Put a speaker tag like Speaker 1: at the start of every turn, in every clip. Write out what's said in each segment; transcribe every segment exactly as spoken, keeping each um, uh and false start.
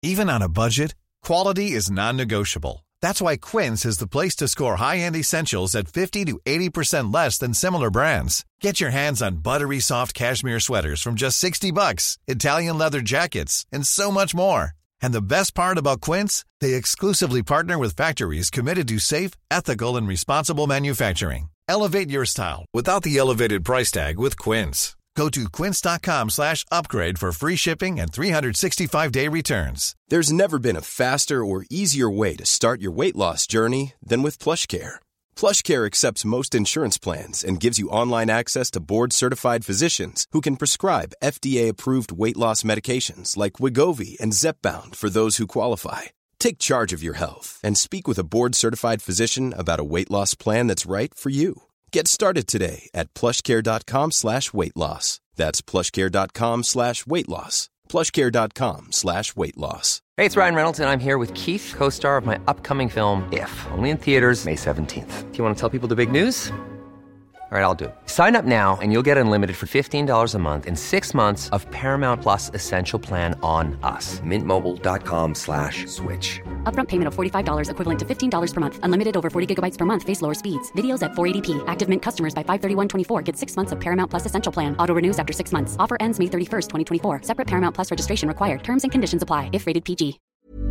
Speaker 1: Even on a budget, quality is non-negotiable. That's why Quince is the place to score high-end essentials at fifty to eighty percent less than similar brands. Get your hands on buttery soft cashmere sweaters from just sixty bucks, Italian leather jackets, and so much more. And the best part about Quince, they exclusively partner with factories committed to safe, ethical, and responsible manufacturing. Elevate your style without the elevated price tag with Quince. Go to quince.com slash upgrade for free shipping and three sixty-five day returns.
Speaker 2: There's never been a faster or easier way to start your weight loss journey than with PlushCare. PlushCare accepts most insurance plans and gives you online access to board-certified physicians who can prescribe F D A-approved weight loss medications like Wegovy and Zepbound for those who qualify. Take charge of your health and speak with a board-certified physician about a weight loss plan that's right for you. Get started today at plushcare.com slash weight loss. That's plushcare.com slash weight loss. plushcare.com slash weight loss.
Speaker 3: Hey, it's Ryan Reynolds, and I'm here with Keith, co-star of my upcoming film, If, only in theaters May seventeenth. Do you want to tell people the big news? All right, I'll do it. Sign up now and you'll get unlimited for fifteen dollars a month and six months of Paramount Plus Essential Plan on us. Mintmobile.com slash switch.
Speaker 4: Upfront payment of forty-five dollars equivalent to fifteen dollars per month. Unlimited over forty gigabytes per month. Face lower speeds. Videos at four eighty p. Active Mint customers by five thirty-one twenty-four get six months of Paramount Plus Essential Plan. Auto renews after six months. Offer ends May thirty-first, twenty twenty-four. Separate Paramount Plus registration required. Terms and conditions apply if rated P G.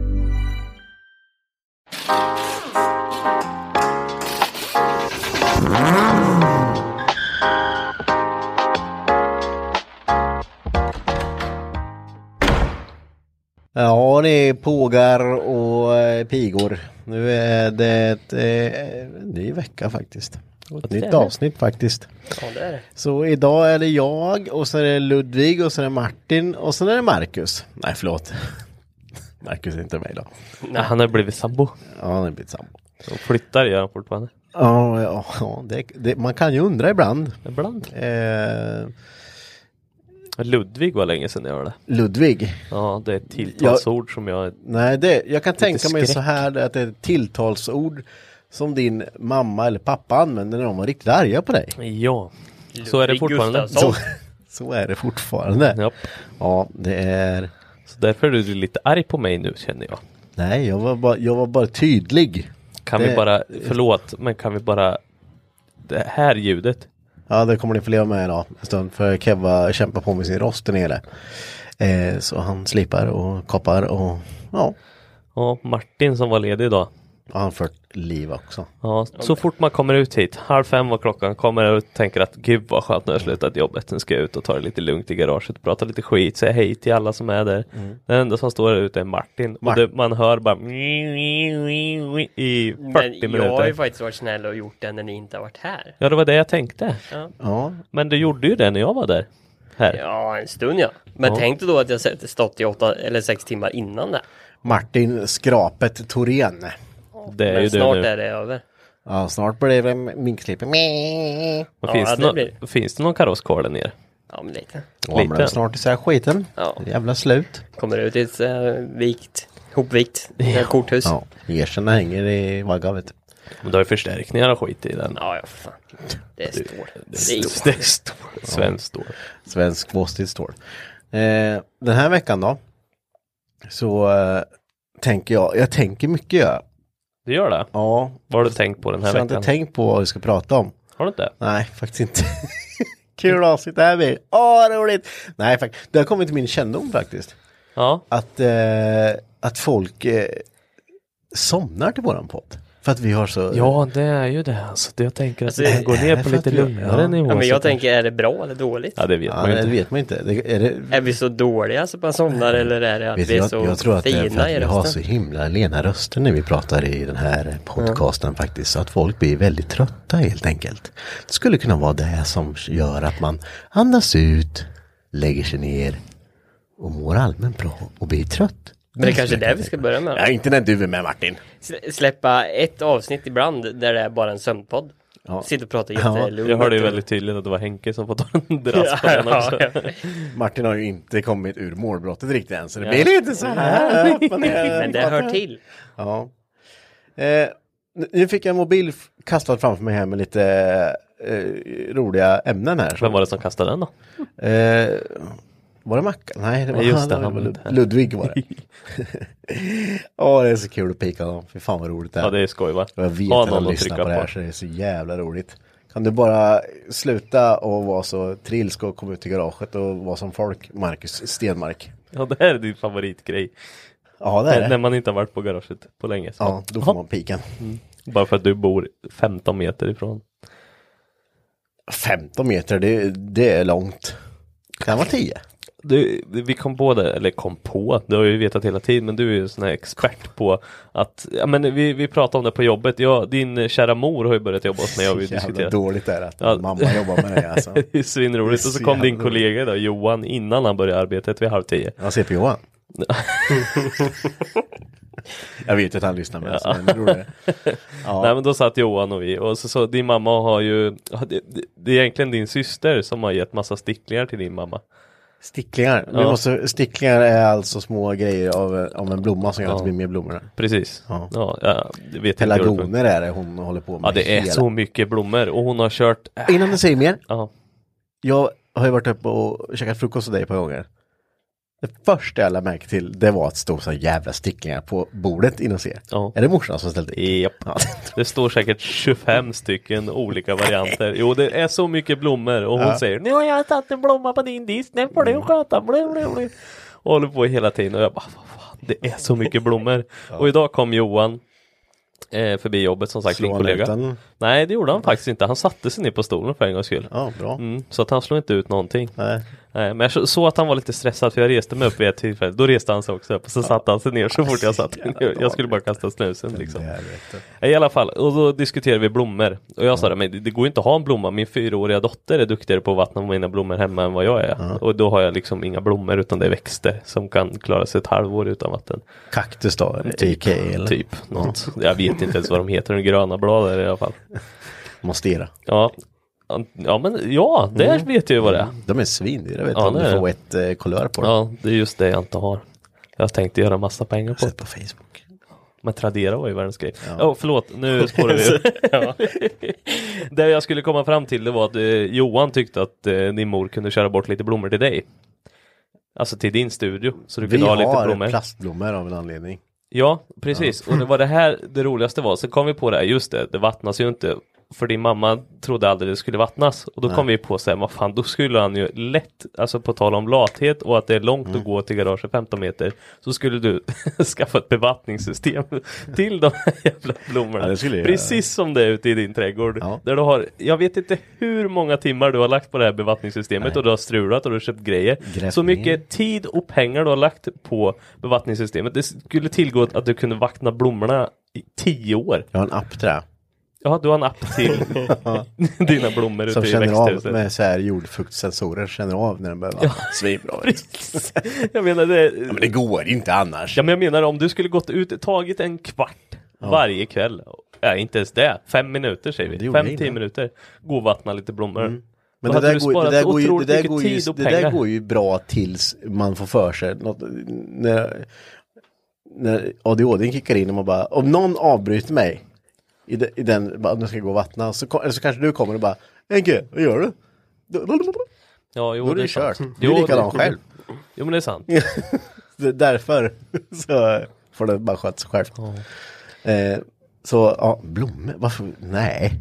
Speaker 5: Ja, det är pågar och eh, pigor. Nu är det ett, eh, en ny vecka faktiskt. Ett nytt avsnitt faktiskt.
Speaker 6: Ja, det är det.
Speaker 5: Så idag är det jag och så är det Ludvig och så är det Martin och så är det Marcus. Nej, förlåt. Marcus är inte med idag.
Speaker 6: Nej, han har blivit sambo.
Speaker 5: Ja, han har blivit sambo.
Speaker 6: Så flyttar jag fortfarande.
Speaker 5: Ja, ja, ja det, det, man kan ju undra ibland.
Speaker 6: Ibland.
Speaker 5: Eh,
Speaker 6: Ludvig var länge sedan jag hörde.
Speaker 5: Ludvig?
Speaker 6: Ja, det är ett tilltalsord jag, som jag...
Speaker 5: Nej, det, jag kan tänka
Speaker 6: skräck.
Speaker 5: mig så här att det är ett tilltalsord som din mamma eller pappa använder när de var riktigt arga på dig.
Speaker 6: Ja, så är det fortfarande.
Speaker 5: Så, så är det fortfarande.
Speaker 6: Japp.
Speaker 5: Ja, det är...
Speaker 6: Så därför är du lite arg på mig nu, känner jag.
Speaker 5: Nej, jag var bara, jag var bara tydlig.
Speaker 6: Kan
Speaker 5: det...
Speaker 6: vi bara, förlåt, men kan vi bara... Det här ljudet...
Speaker 5: Ja, det kommer ni få leva med idag en stund, för Keva kämpar på med sin rost där nere. Eh, så han slipar och koppar och ja.
Speaker 6: Ja, Martin som var ledig idag.
Speaker 5: Ja, han fört liv också.
Speaker 6: Ja, så fort man kommer ut hit, halv fem var klockan, kommer ut och tänker att gud vad skönt när jag slutat jobbet. Nu ska jag ut och ta det lite lugnt i garaget, prata lite skit, säga hej till alla som är där. Mm. Den enda som står där ute är Martin. Mart- och det, man hör bara i fyrtio minuter.
Speaker 7: Jag har ju faktiskt varit snäll och gjort det när ni inte har varit här.
Speaker 6: Ja, det var det jag tänkte.
Speaker 7: Ja.
Speaker 5: Ja.
Speaker 6: Men du gjorde ju det när jag var där. Här.
Speaker 7: Ja, en stund ja. Men
Speaker 6: ja.
Speaker 7: Tänk då att jag stått i åtta eller sex timmar innan det.
Speaker 5: Martin Skrapet Thorén.
Speaker 6: Det är
Speaker 7: Men
Speaker 6: ju
Speaker 7: snart
Speaker 6: nu.
Speaker 7: är det över.
Speaker 5: Ja, snart blir det minkklipp.
Speaker 6: Men
Speaker 7: Ja,
Speaker 6: finns,
Speaker 7: det
Speaker 6: det no-
Speaker 7: blir-
Speaker 6: finns det någon karoskål där nere?
Speaker 7: Ja, men lite.
Speaker 5: Ja, men det är snart i så här skiten.
Speaker 7: Ja.
Speaker 5: Jävla slut.
Speaker 7: Kommer ut i ett äh, vikt, hopvikt, ja. korthus.
Speaker 5: Ja, erserna hänger i vagga, vet du.
Speaker 6: Men du har ju förstärkningar och skit i den.
Speaker 7: Ja, ja, för fan. Det är stål.
Speaker 6: Det är stål. Det är stål. Svensk stål.
Speaker 5: Svensk båstigt stål. Eh, den här veckan då, så eh, tänker jag, jag tänker mycket jag.
Speaker 6: Du gör det?
Speaker 5: Ja.
Speaker 6: Vad har du tänkt på den här
Speaker 5: så
Speaker 6: veckan?
Speaker 5: Jag har inte tänkt på vad vi ska prata om.
Speaker 6: Har du inte?
Speaker 5: Nej, faktiskt inte. Kul avsnitt det här blir. Åh, roligt. Nej, faktiskt. Det har kommit till min kännedom faktiskt.
Speaker 6: Ja.
Speaker 5: Att, eh, att folk eh, somnar till våran podd. För att vi har så...
Speaker 6: Ja, det är ju det. Alltså, det jag tänker att
Speaker 7: Alltså,
Speaker 6: det går ner på lite lugnare
Speaker 5: ja.
Speaker 6: nivå.
Speaker 7: Ja, men jag tänker, är det bra eller dåligt?
Speaker 6: Ja, det vet
Speaker 5: Ja,
Speaker 6: man ju
Speaker 5: det
Speaker 6: inte.
Speaker 5: vet man inte. Det, är, det...
Speaker 7: Är vi så dåliga så man somnar eller är det att
Speaker 5: Vet
Speaker 7: vi är
Speaker 5: jag,
Speaker 7: så
Speaker 5: jag tror att det är för
Speaker 7: fina
Speaker 5: att
Speaker 7: i
Speaker 5: vi har så
Speaker 7: rösten?
Speaker 5: himla lena röster när vi pratar i den här podcasten faktiskt. Så att folk blir väldigt trötta helt enkelt. Det skulle kunna vara det som gör att man andas ut, lägger sig ner och mår allmänt bra och blir trött.
Speaker 7: Men det är kanske det vi ska börja med.
Speaker 5: Ja, inte när du är med, Martin.
Speaker 7: S- släppa ett avsnitt ibland där det är bara en sömnpodd.
Speaker 5: Ja.
Speaker 7: Sitta och prata
Speaker 5: Ja.
Speaker 7: jättelugnt.
Speaker 6: Jag hörde ju väldigt tydligt att det var Henke som fått en dras på den också.
Speaker 7: Ja, ja.
Speaker 5: Martin har ju inte kommit ur målbrottet riktigt än. Så det
Speaker 6: Ja.
Speaker 5: blir lite så här.
Speaker 7: Men det hör till.
Speaker 5: Ja. Eh, nu fick jag en mobil kastad framför mig här med lite eh, roliga ämnen här.
Speaker 6: Vem var det som kastade den då?
Speaker 5: Eh, Var det Mackan? Nej, det var,
Speaker 6: Nej, just det,
Speaker 5: han,
Speaker 6: han
Speaker 5: var
Speaker 6: var
Speaker 5: Lud-
Speaker 6: inte.
Speaker 5: Ludvig var det. Ja, det är så kul att pika dem. Fy fan vad roligt det är.
Speaker 6: Ja, det är skoj, va?
Speaker 5: Och jag vet
Speaker 6: Ha
Speaker 5: att
Speaker 6: någon
Speaker 5: de
Speaker 6: att
Speaker 5: lyssnar
Speaker 6: trycka
Speaker 5: på det här
Speaker 6: på.
Speaker 5: så det är så jävla roligt. Kan du bara sluta och vara så trilsk och komma ut i garaget och vara som folk, Marcus Stenmark?
Speaker 6: Ja, det här är din favoritgrej.
Speaker 5: Ja, det är
Speaker 6: När
Speaker 5: det.
Speaker 6: man inte har varit på garaget på länge. Så.
Speaker 5: Ja, då får man piken.
Speaker 6: Bara för att du bor femton meter ifrån.
Speaker 5: femton meter, det, det är långt. Kan vara tio.
Speaker 6: Du, vi kom på det, eller kom på, det har ju vetat hela tiden, men du är ju sån här expert på att, ja men vi, vi pratade om det på jobbet, ja, din kära mor har ju börjat jobba hos mig och vi
Speaker 5: Jävla
Speaker 6: diskuterat.
Speaker 5: dåligt är det att
Speaker 6: Ja.
Speaker 5: mamma jobbar med det alltså.
Speaker 6: Det är svinroligt.
Speaker 5: Det är
Speaker 6: Och så
Speaker 5: så
Speaker 6: kom din
Speaker 5: jävla
Speaker 6: kollega då, Johan, innan han började arbetet vid halv tio.
Speaker 5: Jag ser på Johan. Jag vet att han lyssnar med alltså, men det är ja.
Speaker 6: Nej, men då satt Johan och vi, och så, så din mamma har ju, det, det, det är egentligen din syster som har gett massa sticklingar till din mamma.
Speaker 5: Sticklingar. Vi
Speaker 6: Ja.
Speaker 5: måste, sticklingar är alltså små grejer av, av en blomma som gör att det blir mer blommor.
Speaker 6: Precis.
Speaker 5: Ja.
Speaker 6: Ja, jag vet inte vad det är.
Speaker 5: Pelargoner är det hon håller på med.
Speaker 6: Ja, det är
Speaker 5: hela.
Speaker 6: så mycket blommor och hon har kört. Äh,
Speaker 5: Innan du säger mer.
Speaker 6: ja.
Speaker 5: Jag har ju varit uppe och käkat frukost hos dig på gånger. Det första jag lade märke till, det var att stå så jävla sticklingar på bordet inom sig.
Speaker 6: Ja.
Speaker 5: Är det morsan som ställt dit?
Speaker 6: Japp.
Speaker 5: Ja.
Speaker 6: Det står säkert tjugofem stycken olika varianter. Jo, det är så mycket blommor och hon
Speaker 5: Ja.
Speaker 6: säger, nu har jag satt en blomma på din disk, nu får du sköta, blu, blu, blu. Och håller på hela tiden och jag bara, vad fan, det är så mycket blommor. Och idag kom Johan eh, förbi jobbet, som sagt,
Speaker 5: Slår
Speaker 6: din
Speaker 5: han
Speaker 6: kollega.
Speaker 5: ut den?
Speaker 6: Nej, det gjorde han faktiskt inte. Han satte sig ner på stolen för en gångs skull.
Speaker 5: Ja, bra.
Speaker 6: Mm, så att han slog inte ut någonting.
Speaker 5: Nej.
Speaker 6: Nej, men jag såg att han var lite stressad för jag reste mig upp vid ett tillfälle. Då reste han sig också upp och så satte han sig ner så fort jag satt ner. Jag skulle bara kasta snusen liksom.
Speaker 5: Det här vet du.
Speaker 6: I alla fall, och då diskuterade vi blommor. Och jag sa det, men det, det går inte att ha en blomma. Min fyraåriga dotter är duktigare på att vattna mina blommor hemma än vad jag är. Och då har jag liksom inga blommor utan det är växter som kan klara sig ett halvår utan vatten.
Speaker 5: Kaktus då? T K eller?
Speaker 6: Typ, något. Jag vet inte ens vad de heter, de gröna blader i alla fall.
Speaker 5: Monstera.
Speaker 6: Ja, ja men ja, det
Speaker 5: Mm.
Speaker 6: vet jag ju vad det är.
Speaker 5: De är svindyra, vet
Speaker 6: Ja,
Speaker 5: du. Om
Speaker 6: det
Speaker 5: du
Speaker 6: är
Speaker 5: får
Speaker 6: det.
Speaker 5: ett eh, kulör på dem.
Speaker 6: Ja, det är just det jag inte har. Jag tänkte göra massa pengar på.
Speaker 5: Sätt på Facebook.
Speaker 6: Men Tradera var ju världens grej. Ja, oh, förlåt, nu spårar vi. Ja. Det jag skulle komma fram till, det var att eh, Johan tyckte att eh, din mor kunde köra bort lite blommor till dig. Alltså till din studio. Så du
Speaker 5: Vi
Speaker 6: kunde ha lite
Speaker 5: har
Speaker 6: blommor.
Speaker 5: plastblommor av en anledning.
Speaker 6: Ja, precis. Och det var det här det roligaste var. Så kom vi på det här, just det, det vattnas ju inte. För din mamma trodde aldrig det skulle vattnas. Och då
Speaker 5: Nej.
Speaker 6: kom vi på sig, vad fan, då skulle han ju lätt, alltså på tal om lathet och att det är långt
Speaker 5: Mm.
Speaker 6: att gå till garaget femton meter, så skulle du skaffa ett bevattningssystem till de här jävla blommorna.
Speaker 5: Ja, det skulle jag
Speaker 6: Precis
Speaker 5: göra.
Speaker 6: som det är ute i din trädgård.
Speaker 5: Ja.
Speaker 6: Där du har, jag vet inte hur många timmar du har lagt på det här bevattningssystemet.
Speaker 5: Nej.
Speaker 6: Och du har strulat och du har köpt grejer.
Speaker 5: Grävt
Speaker 6: Så
Speaker 5: ner.
Speaker 6: mycket tid och pengar du har lagt på bevattningssystemet. Det skulle tillgå att du kunde vattna blommorna i tio år.
Speaker 5: Jag har en app där.
Speaker 6: Ja, du har en app till dina blommor
Speaker 5: Som
Speaker 6: ute i
Speaker 5: känner av
Speaker 6: växthuset.
Speaker 5: med så här jordfuktsensorer. Känner av när den behöver vattna. Svinbra.
Speaker 6: Precis. Jag menar det.
Speaker 5: Ja, men det går inte annars.
Speaker 6: Ja, men jag menar om du skulle gått ut, tagit en kvart varje kväll. Ja, inte ens det. Fem minuter säger
Speaker 5: Det
Speaker 6: vi.
Speaker 5: gjorde
Speaker 6: Fem,
Speaker 5: jag
Speaker 6: tio
Speaker 5: innan.
Speaker 6: minuter. Gå och vattna lite blommor.
Speaker 5: Men
Speaker 6: Då
Speaker 5: det
Speaker 6: hade
Speaker 5: där,
Speaker 6: du
Speaker 5: går, det,
Speaker 6: sparat
Speaker 5: där
Speaker 6: så
Speaker 5: går ju, det,
Speaker 6: otroligt
Speaker 5: där
Speaker 6: mycket
Speaker 5: går ju,
Speaker 6: tid och
Speaker 5: det
Speaker 6: pengar.
Speaker 5: där går ju bra tills man får för sig något, när, när A D H D kickar in och man bara, om någon avbryter mig i, de, i den, bara, nu ska jag gå och vattna, så, eller så kanske du kommer och bara, Enke, vad gör du?
Speaker 6: Ja, jo,
Speaker 5: Då är det
Speaker 6: är sant.
Speaker 5: kört. Du är
Speaker 6: Jo,
Speaker 5: likadan själv.
Speaker 6: Jo, men det är sant.
Speaker 5: Det är därför så får det bara sköta sig själv. Eh, så, ja, blommor, varför, nej.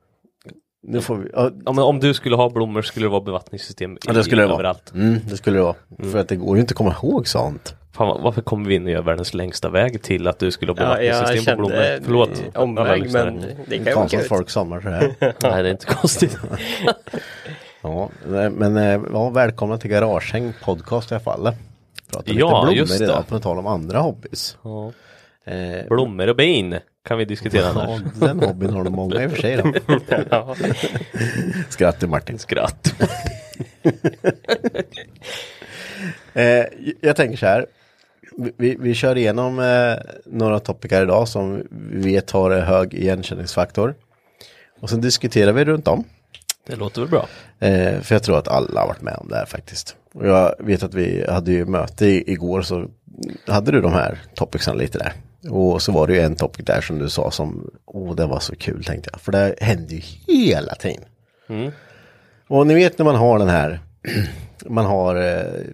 Speaker 5: Nu får vi, ja,
Speaker 6: Ja, men om du skulle ha blommor skulle det vara bevattningssystem
Speaker 5: ja, det skulle det vara.
Speaker 6: överallt.
Speaker 5: Mm, det skulle det vara. För att det går ju inte att komma ihåg sånt.
Speaker 6: Fan, vad- varför kommer vi in och gör världens längsta väg till att du skulle ha
Speaker 7: Ja, jag
Speaker 6: bevattningssystem på blommor?
Speaker 7: kände
Speaker 6: Förlåt. alla
Speaker 7: omväg,
Speaker 6: lyssnare.
Speaker 7: men det
Speaker 5: Det
Speaker 7: kan
Speaker 5: är
Speaker 7: ju vara
Speaker 5: konstigt att
Speaker 7: kul.
Speaker 5: folk somnar så här.
Speaker 6: Nej, det är inte konstigt.
Speaker 5: Ja, nej, men eh, ja, välkomna till Garagehäng podcast i alla fall. Prata
Speaker 6: Ja,
Speaker 5: lite blommor
Speaker 6: just det.
Speaker 5: idag på tal om andra hobbys.
Speaker 6: Ja.
Speaker 5: Eh,
Speaker 6: Blommor och bin kan vi diskutera
Speaker 5: ja,
Speaker 6: annars.
Speaker 5: den hobbyn har de många i och för sig då.
Speaker 7: Ja.
Speaker 5: Skratt till Martin.
Speaker 6: Skratt.
Speaker 5: Eh, jag tänker så här. Vi, vi kör igenom eh, några topiker idag som vi vet har hög igenkänningsfaktor. Och sen diskuterar vi runt om.
Speaker 6: Det låter väl bra.
Speaker 5: Eh, för jag tror att alla har varit med om det här faktiskt. Och jag vet att vi hade ju möte i, igår, så hade du de här topicsen lite där. Och så var det ju en topic där som du sa som, åh det var så kul tänkte jag. För det händer ju hela tiden.
Speaker 6: Mm.
Speaker 5: Och ni vet när man har den här, man har, eh,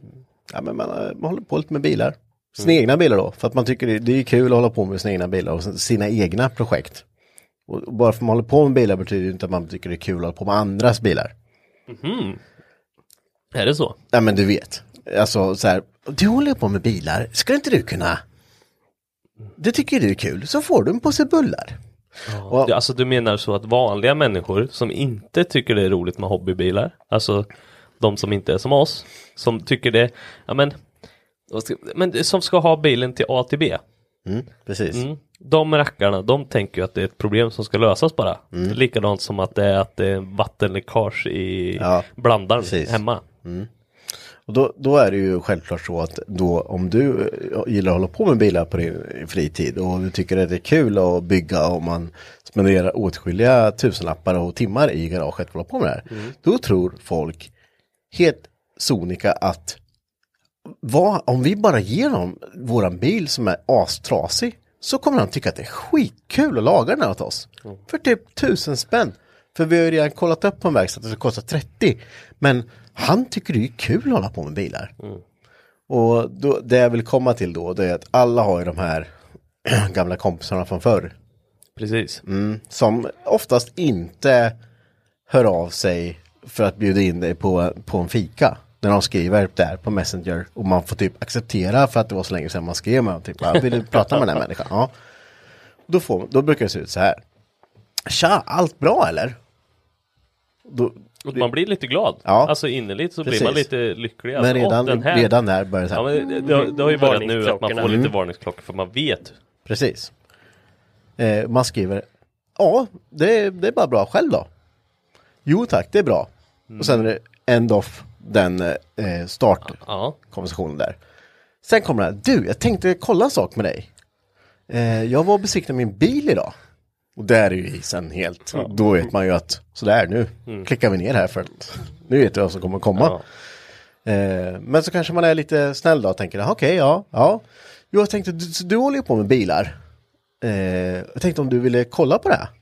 Speaker 5: Ja, men man, man håller på lite med bilar. Sina mm. egna bilar då. För att man tycker det, det är kul att hålla på med sina egna bilar och sina egna projekt. Och bara för att man håller på med bilar betyder det inte att man tycker det är kul att hålla på med andras bilar.
Speaker 6: Mm. Är det så?
Speaker 5: Ja, men du vet. Alltså så här, du håller på med bilar. Ska inte du kunna... Det tycker du är kul. Så får du en påse bullar.
Speaker 6: Ja.
Speaker 5: Och,
Speaker 6: alltså du menar så att vanliga människor som inte tycker det är roligt med hobbybilar, alltså de som inte är som oss, som tycker det, ja men, men som ska ha bilen till A till B.
Speaker 5: Mm, precis. Mm.
Speaker 6: De rackarna, de tänker ju att det är ett problem som ska lösas bara. Mm. Likadant som att det är att det är vattenläckage i ja, blandaren precis. Hemma. Mm.
Speaker 5: Och då, då är det ju självklart så att då, om du gillar att hålla på med bilar på din fritid och du tycker att det är kul att bygga och man spenderar åtskilliga tusenlappar och timmar i garaget för att hålla på med det här. Mm. Då tror folk helt sonika att vad, om vi bara ger dem våran bil som är astrasig så kommer han tycka att det är skitkul att laga den här åt oss. Mm. För typ tusen spänn. För vi har ju redan kollat upp på en verkstad att det kostar trettio. Men han tycker det är kul att hålla på med bilar. Mm. Och då, det jag vill komma till då, det är att alla har ju de här gamla kompisarna från förr.
Speaker 6: Precis.
Speaker 5: Mm, som oftast inte hör av sig för att bjuda in dig på, på en fika. När de skriver där på Messenger och man får typ acceptera för att det var så länge sedan man skrev med dem. Typ, jag vill prata med den här människan. Ja. Då, får, då brukar det se ut så här. Tja, allt bra eller?
Speaker 6: Då, man blir lite glad.
Speaker 5: Ja.
Speaker 6: Alltså innerligt så precis. Blir man lite lycklig. Alltså,
Speaker 5: men redan, den här... redan där börjar det så här.
Speaker 6: Ja, men det, det, det har ju börjat nu att man får lite varningsklockor för man vet.
Speaker 5: Precis. Eh, man skriver, ja, det, det är bara bra själv då. Jo tack, det är bra. Mm. Och sen är det end of den eh, startkonversationen där. Sen kommer det här, du, jag tänkte kolla en sak med dig. Eh, jag var och besiktade min bil idag. Och där är ju isen helt. Ja. Då vet man ju att sådär, nu mm. klickar vi ner här för att nu vet jag vad som kommer komma. Ja. Eh, men så kanske man är lite snäll då och tänker, okej, okay, ja, ja. Jo, jag tänkte, du, du håller ju på med bilar. Eh, jag tänkte om du ville kolla på det här.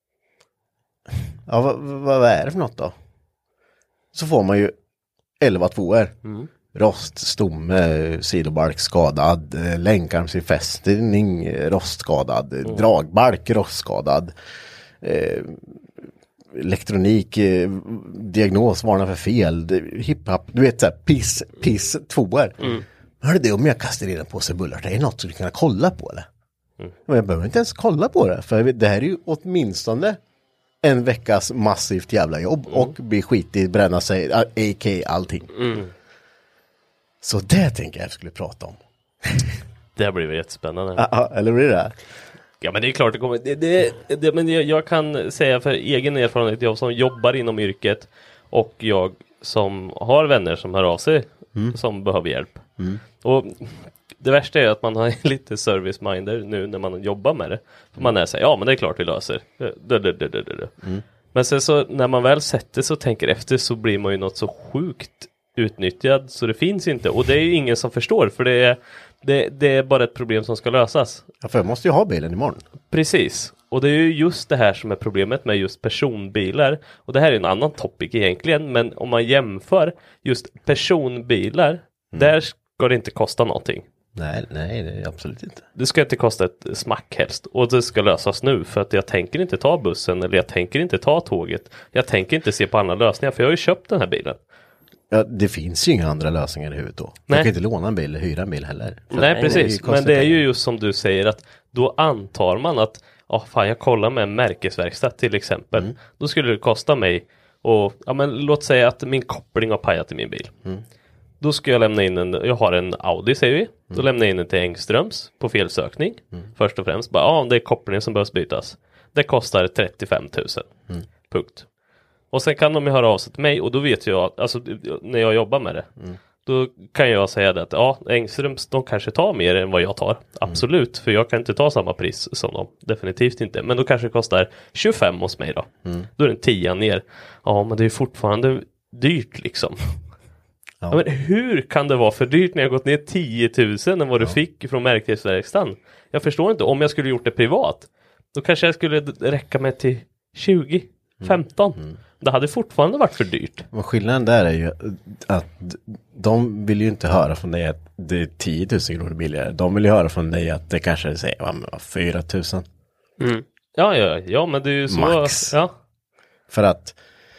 Speaker 5: Ja, vad, vad, vad är det för något då? Så får man ju elva tvåor. Mm. Rost, stomme, sidobalk skadad, länkarmsfästning rostskadad, mm. dragbalk rostskadad, eh, elektronik, eh, diagnos, varna för fel, hiphop, du vet såhär, piss, piss, tvåor. Mm. Hörde det, om jag kastar in en påse bullar, det är något som du kan kolla på eller? Mm. Men jag behöver inte ens kolla på det, för det här är ju åtminstone en veckas massivt jävla jobb mm. och bli skitig, bränna sig, a k a allting. Mm. Så det tänker jag skulle prata om.
Speaker 6: Det blir väl jättespännande.
Speaker 5: Ja, eller blir det?
Speaker 6: Ja, men det är klart det kommer. Det, det, det, men jag, jag kan säga för egen erfarenhet, jag som jobbar inom yrket och jag som har vänner som hör av sig mm. som behöver hjälp. Mm. Och det värsta är att man har lite service-minder nu när man jobbar med det. För man är så här, ja men det är klart vi löser. Dö, dö, dö, dö, dö. Mm. Men sen så när man väl sätter sig och tänker efter så blir man ju något så sjukt utnyttjad så det finns inte. Och det är ju ingen som förstår för det är, det, det är bara ett problem som ska lösas.
Speaker 5: Ja, för jag måste ju ha bilen imorgon.
Speaker 6: Precis. Och det är ju just det här som är problemet med just personbilar. Och det här är en annan topic egentligen. Men om man jämför just personbilar, mm. där ska det inte kosta någonting.
Speaker 5: Nej, nej, det är absolut inte.
Speaker 6: Det ska inte kosta ett smack helst. Och det ska lösas nu. För att jag tänker inte ta bussen eller jag tänker inte ta tåget. Jag tänker inte se på andra lösningar för jag har ju köpt den här bilen.
Speaker 5: Ja, det finns ju inga andra lösningar i huvudet då. Du kan inte låna en bil eller hyra en bil heller.
Speaker 6: För nej, precis. Det men det är ju just som du säger att då antar man att ja, fan, jag kollar med en märkesverkstad till exempel. Mm. Då skulle det kosta mig och ja, men låt säga att min koppling har pajat i min bil. Mm. Då ska jag lämna in en, jag har en Audi säger vi. Mm. Då lämnar jag in den till Engströms på felsökning. Mm. Först och främst bara, ja det är kopplingen som behövs bytas. Det kostar trettiofem tusen. Mm. Punkt. Och sen kan de ju höra av sig till mig och då vet jag, alltså när jag jobbar med det. Mm. Då kan jag säga det att ja, Engströms de kanske tar mer än vad jag tar. Absolut, mm. för jag kan inte ta samma pris som dem. Definitivt inte. Men då kanske det kostar tjugofem hos mig då. Mm. Då är det en tia ner. Ja, men det är fortfarande dyrt liksom. Ja. Ja, men hur kan det vara för dyrt när jag gått ner tio tusen än vad du ja. fick från märkesverkstan? Jag förstår inte. Om jag skulle gjort det privat, då kanske jag skulle räcka med till tjugo. femton. Mm. Det hade fortfarande varit för dyrt.
Speaker 5: Men skillnaden där är ju att de vill ju inte höra från dig att det är tio tusen kronor billigare. De vill ju höra från dig att det kanske säger fyra tusen.
Speaker 6: Mm. Ja, ja, ja, men det är ju så.
Speaker 5: Max.
Speaker 6: Ja.
Speaker 5: För att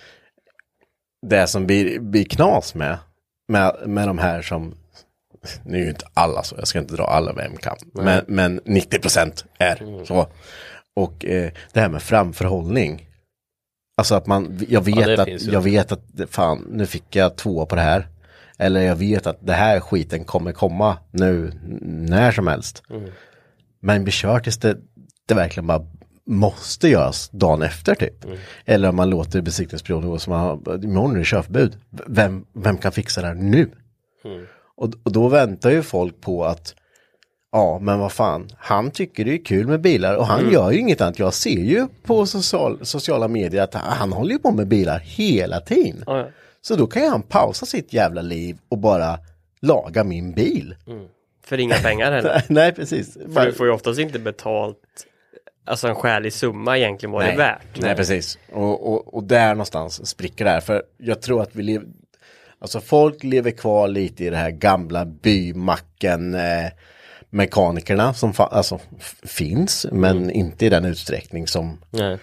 Speaker 5: det som blir, blir knas med, med med de här som, nu är ju inte alla så, jag ska inte dra alla vem kan, men, men nittio procent är mm. så. Och eh, det här med framförhållning. Alltså att man, jag vet ja, att, jag vet att, fan, nu fick jag två på det här. Eller jag vet att det här skiten kommer komma nu, när som helst. Mm. Men blir kört tills det, det verkligen bara måste göras dagen efter typ. Mm. Eller om man låter besiktningsperioden gå som man har, imorgon är det körförbud. Vem, vem kan fixa det här nu? Mm. Och, och då väntar ju folk på att ja, men vad fan, han tycker det är kul med bilar och han mm. gör ju inget annat. Jag ser ju på social, sociala medier att han håller ju på med bilar hela tiden. Oh, ja. Så då kan ju han pausa sitt jävla liv och bara laga min bil.
Speaker 7: Mm. För inga pengar heller.
Speaker 5: Nej, precis.
Speaker 7: För du får ju oftast inte betalt, alltså en skälig summa egentligen vad det är värt.
Speaker 5: Nej, Nej precis. Och, och, och där någonstans spricker det här. För jag tror att vi lever, alltså folk lever kvar lite i det här gamla bymacken eh, mekanikerna som fa- alltså, f- finns, men mm. inte i den utsträckning som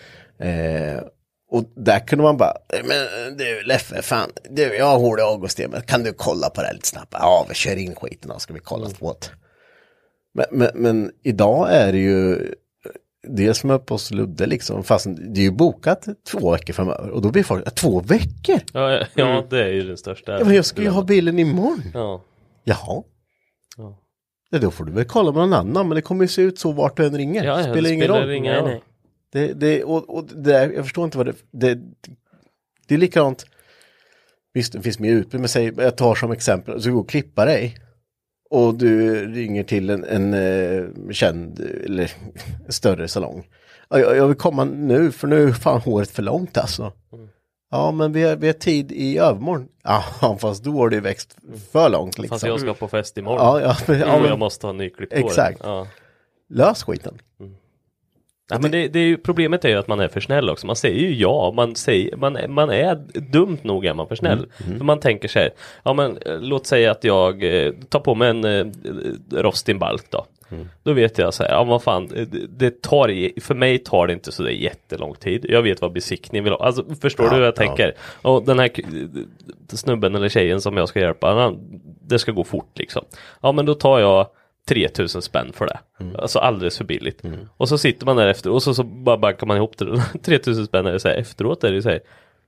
Speaker 5: eh, och där kunde man bara, men du Leffe, fan, du, jag har hål i avgassystemet, kan du kolla på det lite snabbt? Ja, vi kör in skiten, då ska vi kolla mm. åt. Men, men, men idag är det ju det som är på Ludde liksom, fast det är ju bokat två veckor framöver och då blir folk, två veckor?
Speaker 6: Ja, ja, ja mm. det är ju den största.
Speaker 5: Ja, men jag ska ju ha bilen imorgon.
Speaker 6: Ja.
Speaker 5: Jaha. Ja. Ja, då får du väl kolla med någon annan, men det kommer ju se ut så vart du än ringer.
Speaker 6: Ja, ja,
Speaker 5: spelar
Speaker 6: det
Speaker 5: ingen
Speaker 6: spelar
Speaker 5: roll.
Speaker 6: Ingen, nej.
Speaker 5: Det, det, och, och det där, jag förstår inte vad det, det, det är likadant. Visst, det finns mer utbud, men säg, jag tar som exempel, så du går och klippa dig och du ringer till en, en, en känd eller större salong. Jag, jag vill komma nu, för nu är fan håret för långt alltså. Mm. Ja, men vi har, vi har tid i övermorgon. Ja, fast då har det växt för långt liksom.
Speaker 6: Fast jag ska på fest imorgon.
Speaker 5: Ja, ja, men, ja, men,
Speaker 6: jag måste ha nyklipp på
Speaker 5: exakt.
Speaker 6: det. Ja.
Speaker 5: Lös skiten. Mm.
Speaker 6: Ja, men det, det är ju, problemet är ju att man är för snäll också. Man säger ju ja, man, säger, man, man är dumt nog är man för snäll. Mm. Mm. För man tänker så här, ja men låt säga att jag eh, tar på mig en eh, rostinbalk då. Mm. Då vet jag så här, ja vad fan, det, det tar, för mig tar det inte så det är jättelång tid. Jag vet vad besiktning vill ha. Alltså förstår ja, du hur jag ja. tänker? Och den här snubben eller tjejen som jag ska hjälpa, han, det ska gå fort liksom. Ja men då tar jag tre tusen spänn för det. Mm. Alltså alldeles för billigt. Mm. Och så sitter man där efter och så, så bara bankar man ihop det. tre tusen spänn är det så här, efteråt är det så här,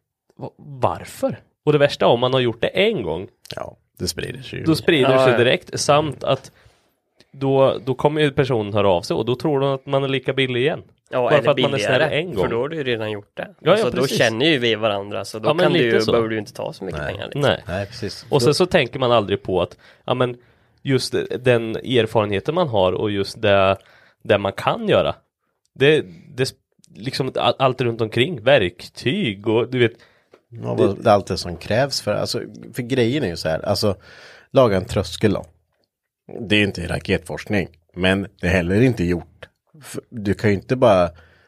Speaker 6: varför? Och det värsta om man har gjort det en gång.
Speaker 5: Ja, det sprider sig.
Speaker 6: Då sprider det sig direkt. Samt att då, då kommer ju personen höra av sig och då tror de att man är lika billig igen.
Speaker 7: Ja,
Speaker 6: bara för att man är snäll en gång.
Speaker 7: För då har du ju redan gjort det.
Speaker 6: Ja,
Speaker 7: alltså,
Speaker 6: ja,
Speaker 7: då känner ju vi varandra så då ja, kan du ju, behöver du inte ta så mycket
Speaker 5: Nej.
Speaker 7: pengar. Liksom.
Speaker 6: Nej.
Speaker 5: Nej, precis.
Speaker 6: Och sen så tänker man aldrig på att ja, men just den erfarenheten man har och just det, det man kan göra. Det, det liksom allt runt omkring, verktyg och du vet.
Speaker 5: Ja, det, det är allt det som krävs för, alltså, för grejen är ju så här, alltså laga en tröskel då. Det är ju inte raketforskning, men det är heller inte gjort. Du kan ju inte bara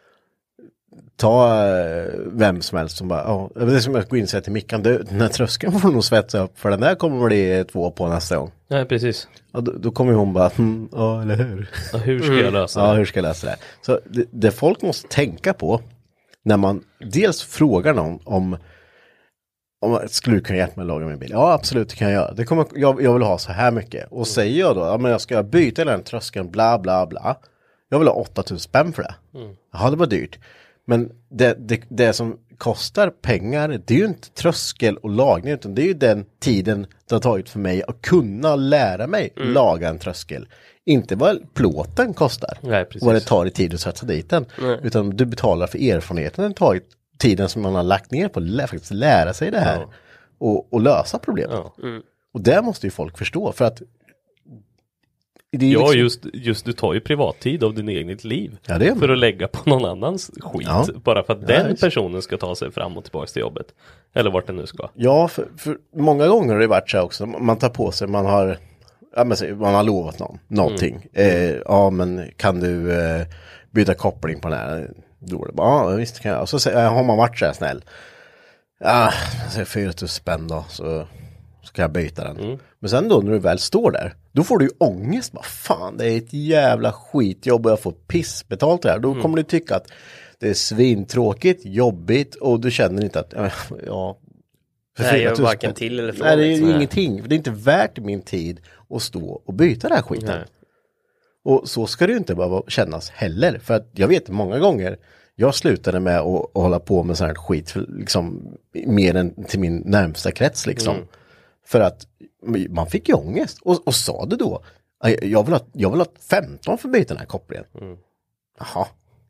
Speaker 5: ta vem som helst som bara, ja, det är som att gå in och säga till Mickan, den här tröskeln får nog svetsa upp för den där kommer bli två på nästa gång.
Speaker 6: Nej, precis.
Speaker 5: Och då, då kommer hon bara, hm, ja, eller hur?
Speaker 6: Ja, hur ska jag lösa det?
Speaker 5: Ja, hur ska jag lösa det? Så det, det folk måste tänka på när man dels frågar någon om om skulle du kunna hjälpa mig att laga min bil? Ja, absolut, det kan jag göra. Det kommer, jag, jag vill ha så här mycket. Och säger jag då, ja men jag ska byta den tröskeln, bla bla bla. Jag vill ha åtta tusen spänn för det. Mm. Ja, det var dyrt. Men det, det, det som kostar pengar, det är ju inte tröskel och lagning, utan det är ju den tiden det har tagit för mig att kunna lära mig mm. laga en tröskel. Inte vad plåten kostar.
Speaker 6: Nej, precis.
Speaker 5: Vad det tar i tid att sätta dit den. Nej. Utan du betalar för erfarenheten den tagit tiden som man har lagt ner på att lä- faktiskt lära sig det här. Ja. Och, och lösa problemet. Ja. Mm. Och det måste ju folk förstå. För att
Speaker 6: det är ja, liksom... just, just du tar ju privattid av din eget liv.
Speaker 5: Ja, det är...
Speaker 6: För att lägga på någon annans skit. Ja. Bara för att ja, den
Speaker 5: just...
Speaker 6: personen ska ta sig fram och tillbaka till jobbet. Eller vart den nu ska.
Speaker 5: Ja, för, för många gånger har det varit så också. Man tar på sig, man har, ja, men, man har lovat någon, någonting. Mm. Eh, ja, men kan du eh, byta koppling på den här? Då är det bara, ja visst kan jag. Och så säger, har man varit så här snäll. Ja, så fyra tusen spänn då, så, så kan jag byta den. Mm. Men sen då när du väl står där, då får du ju ångest. Bara, fan, det är ett jävla skitjobb och jag får pissbetalt det här. Då mm. kommer du tycka att det är svintråkigt, jobbigt och du känner inte att, ja...
Speaker 7: Nej, jag varken till eller från.
Speaker 5: Nej, det är liksom. Ingenting. Det är inte värt min tid att stå och byta den här skiten. Nej. Och så ska det ju inte behöva kännas heller. För att jag vet många gånger jag slutade med att, att hålla på med sån här skit för, liksom, mer än till min närmsta krets liksom. Mm. För att man fick ju ångest. Och, och sa det då. Jag vill ha, jag vill ha femton för att byta den här kopplingen. Mm. Jaha.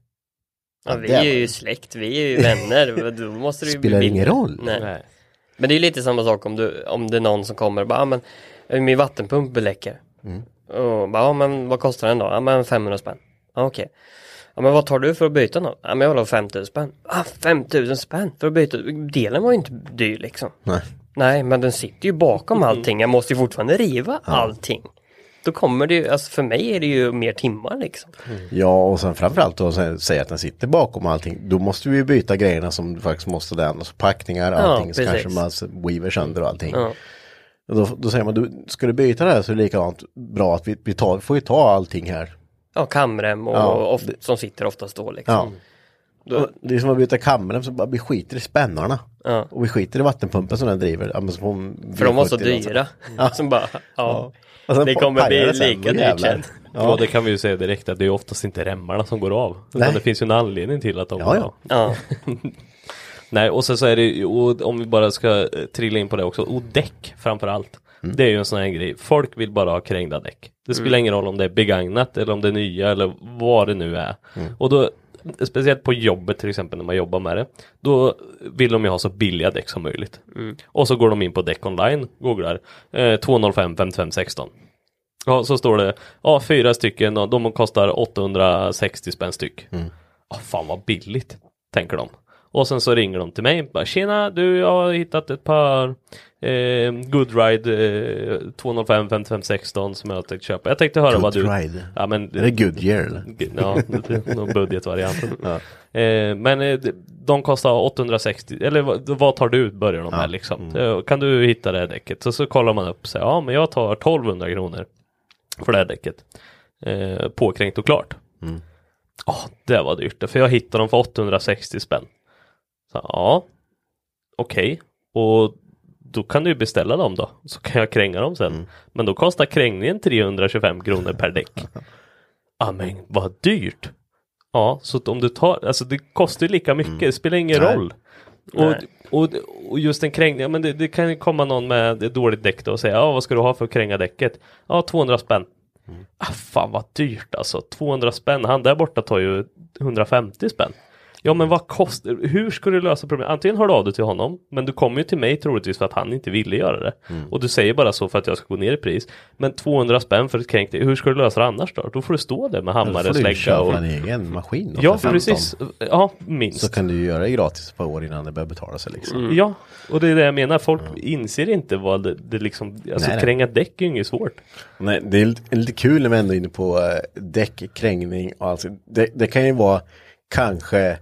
Speaker 7: Ja, vi är ju släkt, vi är ju vänner. Då måste det ju
Speaker 5: spelar ingen roll.
Speaker 7: Nej. Nej. Men det är ju lite samma sak om, du, om det är någon som kommer och bara, ah, men min vattenpump beläcker. Mm. Och bara, ah, men vad kostar den då? Ja, ah, men femhundra spänn. Ja, ah, okej. Okay. Ja, men vad tar du för att byta då? Ja, ah, men jag vill ha femtusen spänn. Ah, femtusen spänn för att byta. Delen var ju inte dyr liksom. Nej. Nej, men den sitter ju bakom allting. Jag måste ju fortfarande riva ja. allting. Då kommer det ju, alltså för mig är det ju mer timmar liksom.
Speaker 5: Mm. Ja, och sen framförallt då säga att den sitter bakom allting. Då måste vi ju byta grejerna som faktiskt måste den. Alltså packningar, allting. Ja, så kanske man weaver sönder och allting. Ja. Och då, då säger man, du, ska du byta det här så är det likadant bra att vi, vi tar, får ju ta allting här.
Speaker 7: Ja, kamrem och, ja, och of, som sitter oftast då liksom. Ja.
Speaker 5: Då, det är som att byta kamrem så bara vi skiter i spännarna. Ja. Och vi skiter i vattenpumpen som den driver. Ja, som
Speaker 7: för de var så dyra. Ja. Som bara, ja. ja. Det kommer bli lika dyrt sen.
Speaker 6: Ja. Ja, det kan vi ju säga direkt att det är oftast inte remmarna som går av. Utan det finns ju en anledning till att de
Speaker 5: ja,
Speaker 6: går
Speaker 5: ja.
Speaker 6: av.
Speaker 7: Ja.
Speaker 6: Nej, och så, så är det och om vi bara ska trilla in på det också. Och däck framförallt. Mm. Det är ju en sån här grej. Folk vill bara ha krängda däck. Det spelar mm. ingen roll om det är begagnat eller om det är nya eller vad det nu är. Mm. Och då speciellt på jobbet till exempel när man jobbar med det, då vill de ju ha så billiga däck som möjligt. Mm. Och så går de in på däck online, googlar eh, tvåhundrafem femtiofem sexton. Ja, så står det, ja, fyra stycken och de kostar åttahundrasextio spänn styck. Mm. Ja, fan vad billigt, tänker de. Och sen så ringer de till mig, bara, tjena, du, jag har hittat ett par eh, Goodride eh, tvåhundrafem femtiofem sexton som jag tänkte köpa. Jag tänkte höra vad du...
Speaker 5: Goodride?
Speaker 6: Ja, men,
Speaker 5: är det Goodyear eller?
Speaker 6: Ja, det är någon budgetvarianten. Ja. Eh, men eh, de kostar åttahundrasextio, eller vad, vad tar du börjar de ja. med liksom? Mm. Kan du hitta det här däcket? Så, så kollar man upp och säger, ja men jag tar tolvhundra kronor för det här däcket. Eh, påkränkt och klart. Mm. Oh, det var dyrt, för jag hittade dem för åttahundrasextio spänn. Så, ja, okej. Okay. Och då kan du beställa dem då. Så kan jag kränga dem sen. Mm. Men då kostar krängningen trehundratjugofem kronor per däck. Ja, men vad dyrt. Ja, så om du tar, alltså det kostar ju lika mycket. Mm. Det spelar ingen Nej. roll. Och, och, och just en krängning, ja, men det, det kan ju komma någon med ett dåligt däck då och säga, ja vad ska du ha för att kränga däcket? Ja, tvåhundra spänn. Mm. Ah, fan vad dyrt alltså. tvåhundra spänn. Han där borta tar ju hundrafemtio spänn. Ja, men vad kostar, hur ska du lösa problemet? Antingen hör du av dig till honom, men du kommer ju till mig troligtvis för att han inte ville göra det. Mm. Och du säger bara så för att jag ska gå ner i pris. Men tvåhundra spänn för ett kränkt, hur ska du lösa det annars då? Då får du stå där med hammare, slägga och...
Speaker 5: en egen maskin då,
Speaker 6: ja, för precis. Ja, minst.
Speaker 5: Så kan du ju göra det gratis på år innan det börjar betala sig liksom.
Speaker 6: Mm. Ja, och det är det jag menar. Folk mm. inser inte vad det, det liksom... Alltså nej, kränga däck är ju inget svårt.
Speaker 5: Nej, det är lite, lite kul när vi ändå är inne på uh, däck, krängning och alltså, det, det kan ju vara kanske...